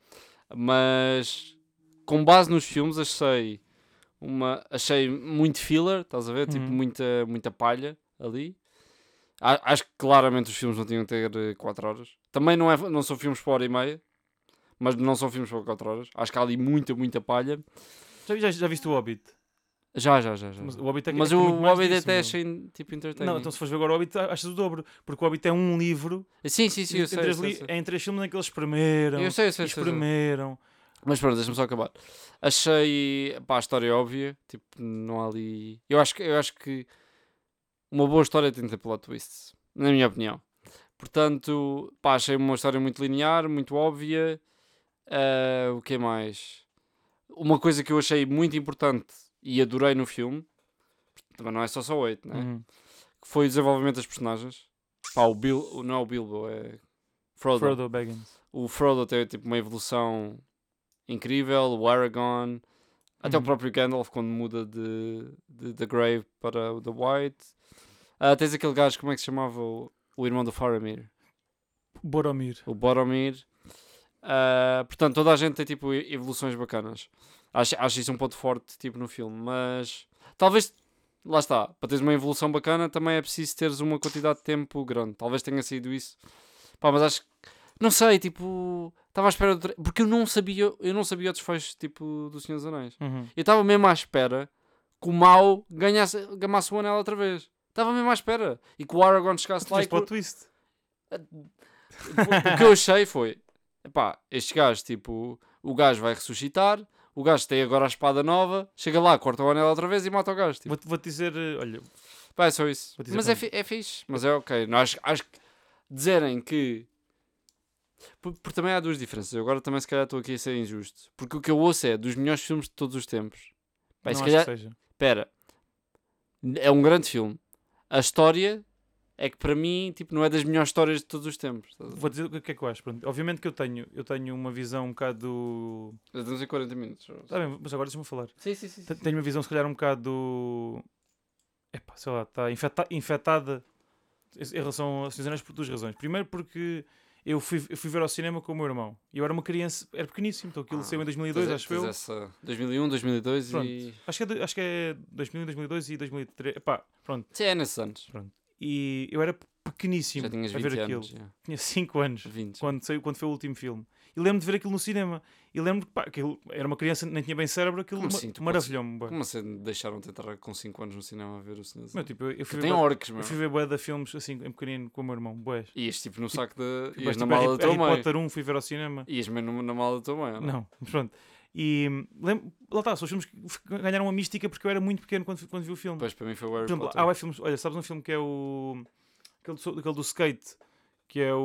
Mas com base nos filmes, achei uma. Achei muito filler, estás a ver? Tipo, Uhum. muita, muita palha ali. A- Acho que claramente os filmes não tinham que ter quatro horas. Também não, é, não são filmes por hora e meia, mas não são filmes por quatro horas. Acho que há ali muita, muita palha. Já, já, já viste o Hobbit? Já, já, já. já. Mas o Hobbit é, Mas é o muito mais Hobbit disso, até meu. achei tipo entertaining. Não, então se fores ver agora o Hobbit, achas o dobro. Porque o Hobbit é um livro. Sim, sim, sim, eu em, sei, três eu sei, li- sei. é em três filmes em que eles espremeram. Eu sei, eu sei, e sei, sei. espremeram. Mas pronto, deixa-me só acabar. Achei, pá, a história óbvia. Tipo, não há ali... Eu acho que, eu acho que uma boa história tem de ter plot twists, na minha opinião. Portanto, pá, achei uma história muito linear, muito óbvia. Ah, o que mais? Uma coisa que eu achei muito importante e adorei no filme, também não é só só oito, né? Uhum. Que foi o desenvolvimento das personagens. Pá, o Bill, não é o Bilbo, é Frodo. Frodo Baggins. O Frodo tem tipo uma evolução incrível, o Aragorn, até Uhum. o próprio Gandalf quando muda de, de The Grey para o The White. Ah, tens aquele gajo, como é que se chamava? O, o irmão do Faramir. Boromir. O Boromir. Ah, portanto, toda a gente tem tipo e- evoluções bacanas. Acho, acho isso um ponto forte tipo, no filme. Mas talvez, lá está, para teres uma evolução bacana também é preciso teres uma quantidade de tempo grande. Talvez tenha sido isso. Pá, mas acho que, não sei, tipo, estava à espera de outra- porque eu não sabia, eu não sabia o desfecho tipo do Senhor dos Anéis. Uhum. Eu estava mesmo à espera que o mau ganhasse, gamasse o anel outra vez. Estava mesmo à espera. E que o Aragorn chegasse lá e Tiveste que... plot twist. O que eu achei foi... Epá, este gajo, tipo... O gajo vai ressuscitar. O gajo tem agora a espada nova. Chega lá, corta o anel outra vez e mata o gajo. Tipo. Vou-te vou dizer, eh, olha, Pá, é só isso. Vou dizer Mas é, pronto. fi- é fixe. Mas é ok. Não, acho, acho que dizerem que... Por, porque também há duas diferenças. Eu agora também se calhar estou aqui a ser injusto. Porque o que eu ouço é dos melhores filmes de todos os tempos. Pá, e não se acho calhar... que seja. Espera. É um grande filme. A história é que para mim tipo, não é das melhores histórias de todos os tempos. Estás a ver? Vou dizer o que é que eu acho. Pronto. Obviamente que eu tenho, eu tenho uma visão um bocado. Já estamos em quarenta minutos. Tá bem, mas agora deixa-me falar. Sim, sim, sim. Te- Tenho uma visão, se calhar, um bocado. Epá, sei lá, está infecta... infectada em relação a Senhor dos Anéis por duas razões. Primeiro, porque eu fui, eu fui ver ao cinema com o meu irmão. E eu era uma criança, era pequeníssimo, então aquilo Ah, saiu em dois mil e dois, tens- acho tens eu. Essa dois mil e um, dois mil e dois Pronto. e. Acho que, é, de- acho que é dois mil, dois mil e dois e dois mil e três. Epá, pronto. Sim, é nesses anos. pronto. E eu era pequeníssimo Já tinhas a ver vinte aquilo. anos. Já. Tinha cinco anos. vinte. Quando, saiu, quando foi o último filme. E lembro de ver aquilo no cinema. E lembro que pá, aquilo, era uma criança, nem tinha bem cérebro, aquilo Como ma- assim? Tu maravilhou-me. bué. Como assim deixaram-te entrar com cinco anos no cinema a ver o Senhor dos Meu, Anéis? tipo, eu, eu Que fui tem ver bué- orcs, meu. eu fui ver bué de filmes assim, em pequenino, com o meu irmão. Bués. Ias tipo no saco da. Fui Ias bué, na tipo, mala Harry, da tua Harry mãe. Potter um fui ver ao cinema. Ias mesmo na mala da tua mãe, ou não? Não, mas pronto. E hum, lembro, lá está, são os filmes que f- ganharam uma mística porque eu era muito pequeno quando, quando vi o filme. Pois para mim foi o Harry Por exemplo, Potter. há bué filmes, olha, sabes um filme que é o. aquele, do- aquele do skate, que é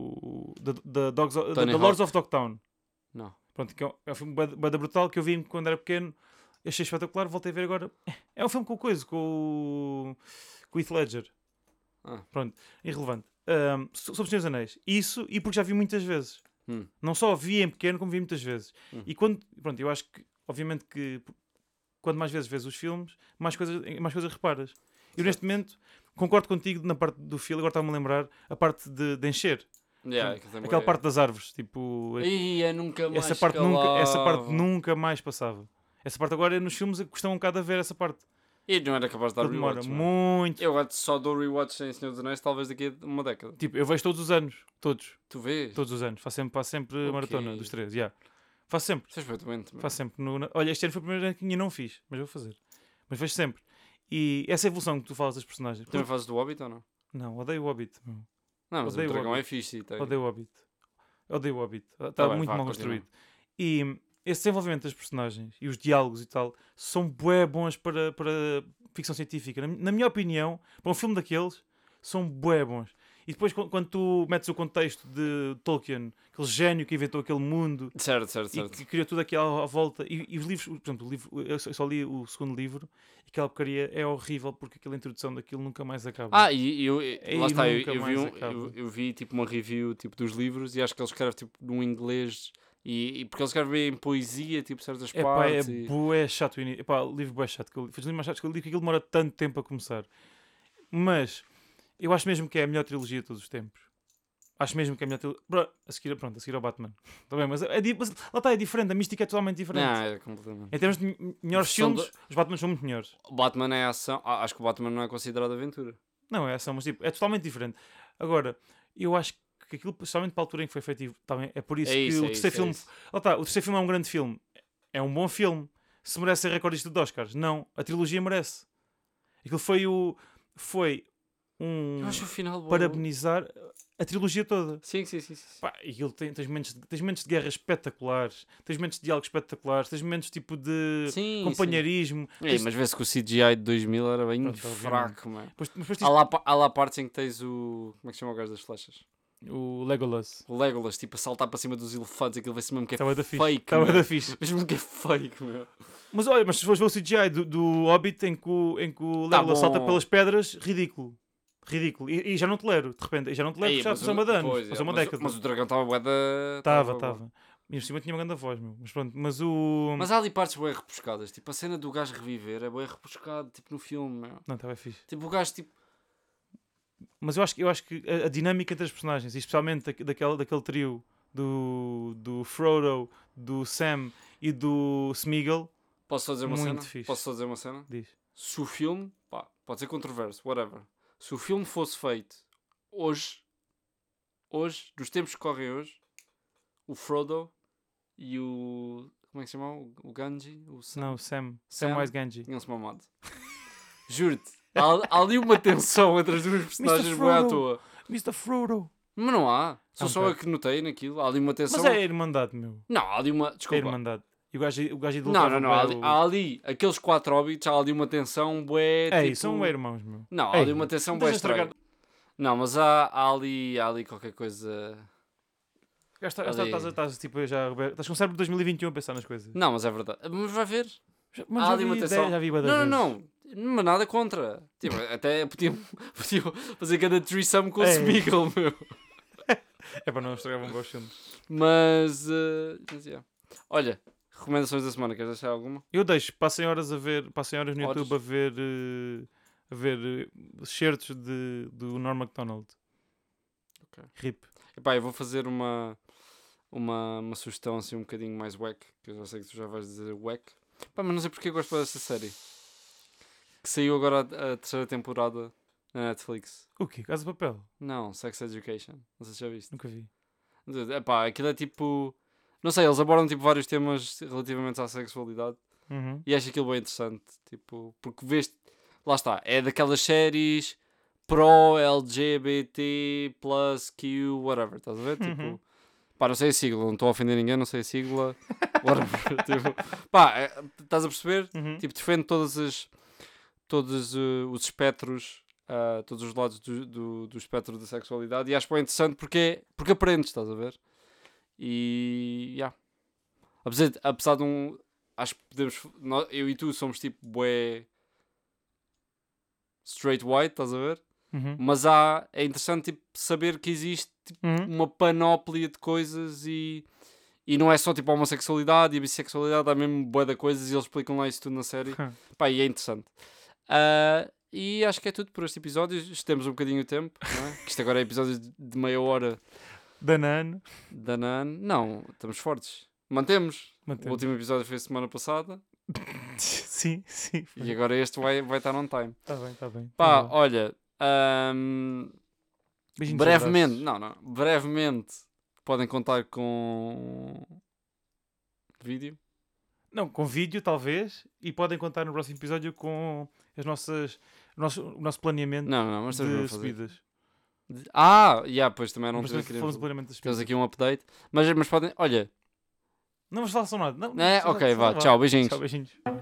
o. The, the, Dogs of, the, Tony the Lords Hawk. of Dogtown. Não. Pronto, que é um, é um filme bué- bué da brutal que eu vi quando era pequeno, achei espetacular, voltei a ver agora. É um filme com o coisa, com o. com o Heath Ledger. Ah. Pronto, irrelevante. Um, so- sobre os Senhor dos Anéis. Isso, e porque já vi muitas vezes. Hum. Não só vi em pequeno, como vi muitas vezes. Hum. E quando. Pronto, eu acho que, obviamente, que quanto mais vezes vês os filmes, mais coisas, mais coisas reparas. Eu, neste momento, concordo contigo na parte do filme, agora está-me a lembrar, a parte de, de encher. Yeah, aquilo tem Aquela bué- parte das árvores. Tipo, Ia, nunca mais essa parte, nunca, essa parte calava. nunca mais passava. Essa parte agora nos filmes custa um bocado a ver essa parte. E não era capaz de dar Ele demora rewatch, mano. muito. Eu agora só dou rewatch sem Senhor dos Anéis talvez daqui a uma década. Tipo, eu vejo todos os anos. Todos. Tu vês? Todos os anos. Faço sempre, faço sempre Ok. maratona dos três. Yeah. Faço sempre. Isso é perfeitamente, mano. Faço sempre. No, na- Olha, este ano foi o primeiro ano que ainda não fiz. Mas vou fazer. Mas vejo sempre. E essa evolução que tu falas das personagens. Também fazes do Hobbit ou não? Não, odeio o Hobbit. meu. Não, mas Odeio o o dragão é Hobbit. fixe. Tem. Odeio o Hobbit. Odeio o Hobbit. Está Tá bem, muito vá, mal continua. construído. E hum, esse desenvolvimento das personagens e os diálogos e tal são bué bons para, para ficção científica. Na, na minha opinião, para um filme daqueles, são bué bons. E depois, quando, quando tu metes o contexto de Tolkien, aquele gênio que inventou aquele mundo Certo, certo, e certo. que criou tudo aqui à, à volta, e, e os livros, por exemplo, o livro, eu só eu só li o segundo livro, e aquela porcaria é horrível porque aquela introdução daquilo nunca mais acaba. Ah, e eu, eu- E lá está, eu, nunca eu vi mais um, acaba. eu, eu vi tipo uma review tipo, dos livros e acho que ele escreve tipo num inglês e, e porque ele escreve em poesia, tipo certas É pá, é partes. e- bué chato o início. Epá, o livro bué chato. Que eu li. Foi dos livros mais chatos que eu li, que aquilo demora tanto tempo a começar. Mas eu acho mesmo que é a melhor trilogia de todos os tempos. Acho mesmo que é a melhor trilogia. Bro, a seguir, pronto, a seguir ao Batman. Tá bem, mas, é, di- mas lá está, é diferente. A mística é totalmente diferente. Não, é completamente. Em termos de m- melhores São filmes, os Batman são muito melhores. O Batman é ação. Ah, acho que o Batman não é considerado aventura. Não é ação, mas tipo, é totalmente diferente. Agora, eu acho que aquilo, especialmente para a altura em que foi feito, também é por isso É que isso, o é terceiro isso, é filme. isso. Lá está, o terceiro filme é um grande filme. É um bom filme. Se merece ser recordista de Oscars? Não. A trilogia merece. Aquilo foi o. Foi um. Eu acho o final bom. Parabenizar a trilogia toda. Sim, sim, sim. sim. Pá, e aquilo tem, tens, momentos de, tens momentos de guerra espetaculares, tens momentos de diálogo espetaculares, tens momentos tipo de Sim, companheirismo. sim. Ei, Tens- mas vê-se que o C G I de dois mil era bem Pronto, obviamente. fraco, mano. Depois, mas depois Há tens lá, pa- há lá partes em que tens o. Como é que se chama o gajo das flechas? o Legolas. O Legolas, tipo, a saltar para cima dos elefantes, aquilo vai-se mesmo que é Estava da fixe. fake. Estava meu. da fixe. Mesmo que é fake, meu. Mas olha, mas se fores ver o C G I do, do Hobbit em que o, em que o Tá Legolas salta bom. pelas pedras, ridículo. Ridículo. E, e já não te lero, de repente. E já não te lero Ei, porque já mas passou o- uma de anos. pois, é, Passou uma mas, o- década. mas o dragão estava bué da... Estava, tava- estava. E por cima tinha uma grande voz, meu. Mas pronto, mas o... Mas há ali partes bem repuscadas. Tipo, a cena do gajo reviver é bem repuscado, tipo, no filme, meu. Não, estava fixe. Tipo, o gajo, tipo... mas eu acho, que- eu acho que a, a dinâmica entre as personagens, e especialmente da, daquele, daquele trio do, do Frodo, do Sam e do Smeagol, Posso só dizer uma muito cena? fixe. Posso só dizer uma cena? Diz. Se o filme, pá, pode ser controverso, whatever. Se o filme fosse feito hoje, hoje, dos tempos que correm hoje, o Frodo e o... Como é que se chama? O, o Ganji? O Sam? Não, Sam. Sam? Samwise Gamgee. Tinham-se mamado. Juro-te. Há, há ali uma tensão entre as duas personagens boa à Frodo. toa. mister Frodo. Mas não há. Sou Ah, só ok. eu que notei naquilo. Há ali uma tensão. Mas é a Irmandade, meu. Não, há ali uma... É a Desculpa. Irmandade. E o gajo, o gajo Não, idolatrava não, não. Há bué ali, o- há ali aqueles quatro hobbits, há ali uma tensão bué, Ei, tipo... são bué irmãos, meu. Não, há Ei, ali uma tensão não bué estejas a estragar- estranha. Não, mas há, há, ali, há ali qualquer coisa... Já está- já está- Ali. Estás, estás, tipo, já, estás com o cérebro de dois mil e vinte e um a pensar nas coisas. Não, mas é verdade. Mas vai ver. Já- Mas Há já ali vi, uma ideia- tensão. já vi bué das Não, não, vezes. não. Mas nada contra. Tipo, até podiam, podiam fazer cada threesome com o Ei. Smeagol, meu. É para não estragar um gosto. Mas, eh, mas yeah. Olha, recomendações da semana, queres deixar alguma? Eu deixo, passem horas a ver, passem horas no Horas? YouTube a ver, eh, a ver eh, certos de, do Norm MacDonald. Ok. Rip. Epá, eu vou fazer uma, uma, uma sugestão assim um bocadinho mais wack, que eu já sei que tu já vais dizer wack. Pá, mas não sei porque eu gosto dessa série. Que saiu agora a, a terceira temporada na Netflix. O quê? Casa de Papel? Não, Sex Education. Não sei se já viste. Nunca vi. Epá, aquilo é tipo... Não sei, eles abordam tipo vários temas relativamente à sexualidade. Uhum. E acho aquilo bem interessante. Tipo, porque vês... Lá está, é daquelas séries pro L G B T plus Q, whatever, estás a ver? Uhum. Tipo, pá, não sei a sigla, não estou a ofender ninguém, não sei a sigla, whatever. Tipo, pá, é- estás a perceber? Uhum. Tipo, defende todas as, todos eh, os espectros, ah, todos os lados do, do, do espectro da sexualidade, e acho bem interessante porque, porque aprendes, estás a ver? E, yeah. Apesar, de- apesar de um, acho que podemos, nó- eu e tu somos tipo bué straight white, estás a ver? Uhum. Mas há, é interessante tipo, saber que existe tipo, Uhum. uma panóplia de coisas e, e não é só tipo a homossexualidade e a bissexualidade, há mesmo bué de coisas e eles explicam lá isso tudo na série. Pá, e é interessante. Ah, e acho que é tudo por este episódio. Estamos um bocadinho o tempo, não é? Que isto agora é episódio de- de meia hora Danano. da Nan. Não, estamos fortes. Mantemos. O Mantemos. último episódio foi semana passada Sim, sim. e agora este vai, vai estar on time. Está bem, está bem. Pá, Tá bom. olha, ahm, Beijinhos e brevemente, abraços. não, não, brevemente podem contar com vídeo. Não, com vídeo talvez. E podem contar no próximo episódio com as nossas, o, nosso, o nosso planeamento Não, não, mas estamos a de fazer. subidas. De- Ah, yeah, pois também não Mas tive nós aqui, falamos do planeamento das temos subidas. aqui um update. Mas, mas podem, olha, Não vamos falar só nada. Não, É, só- ok, só vá, tchau, beijinhos. Tchau, beijinhos.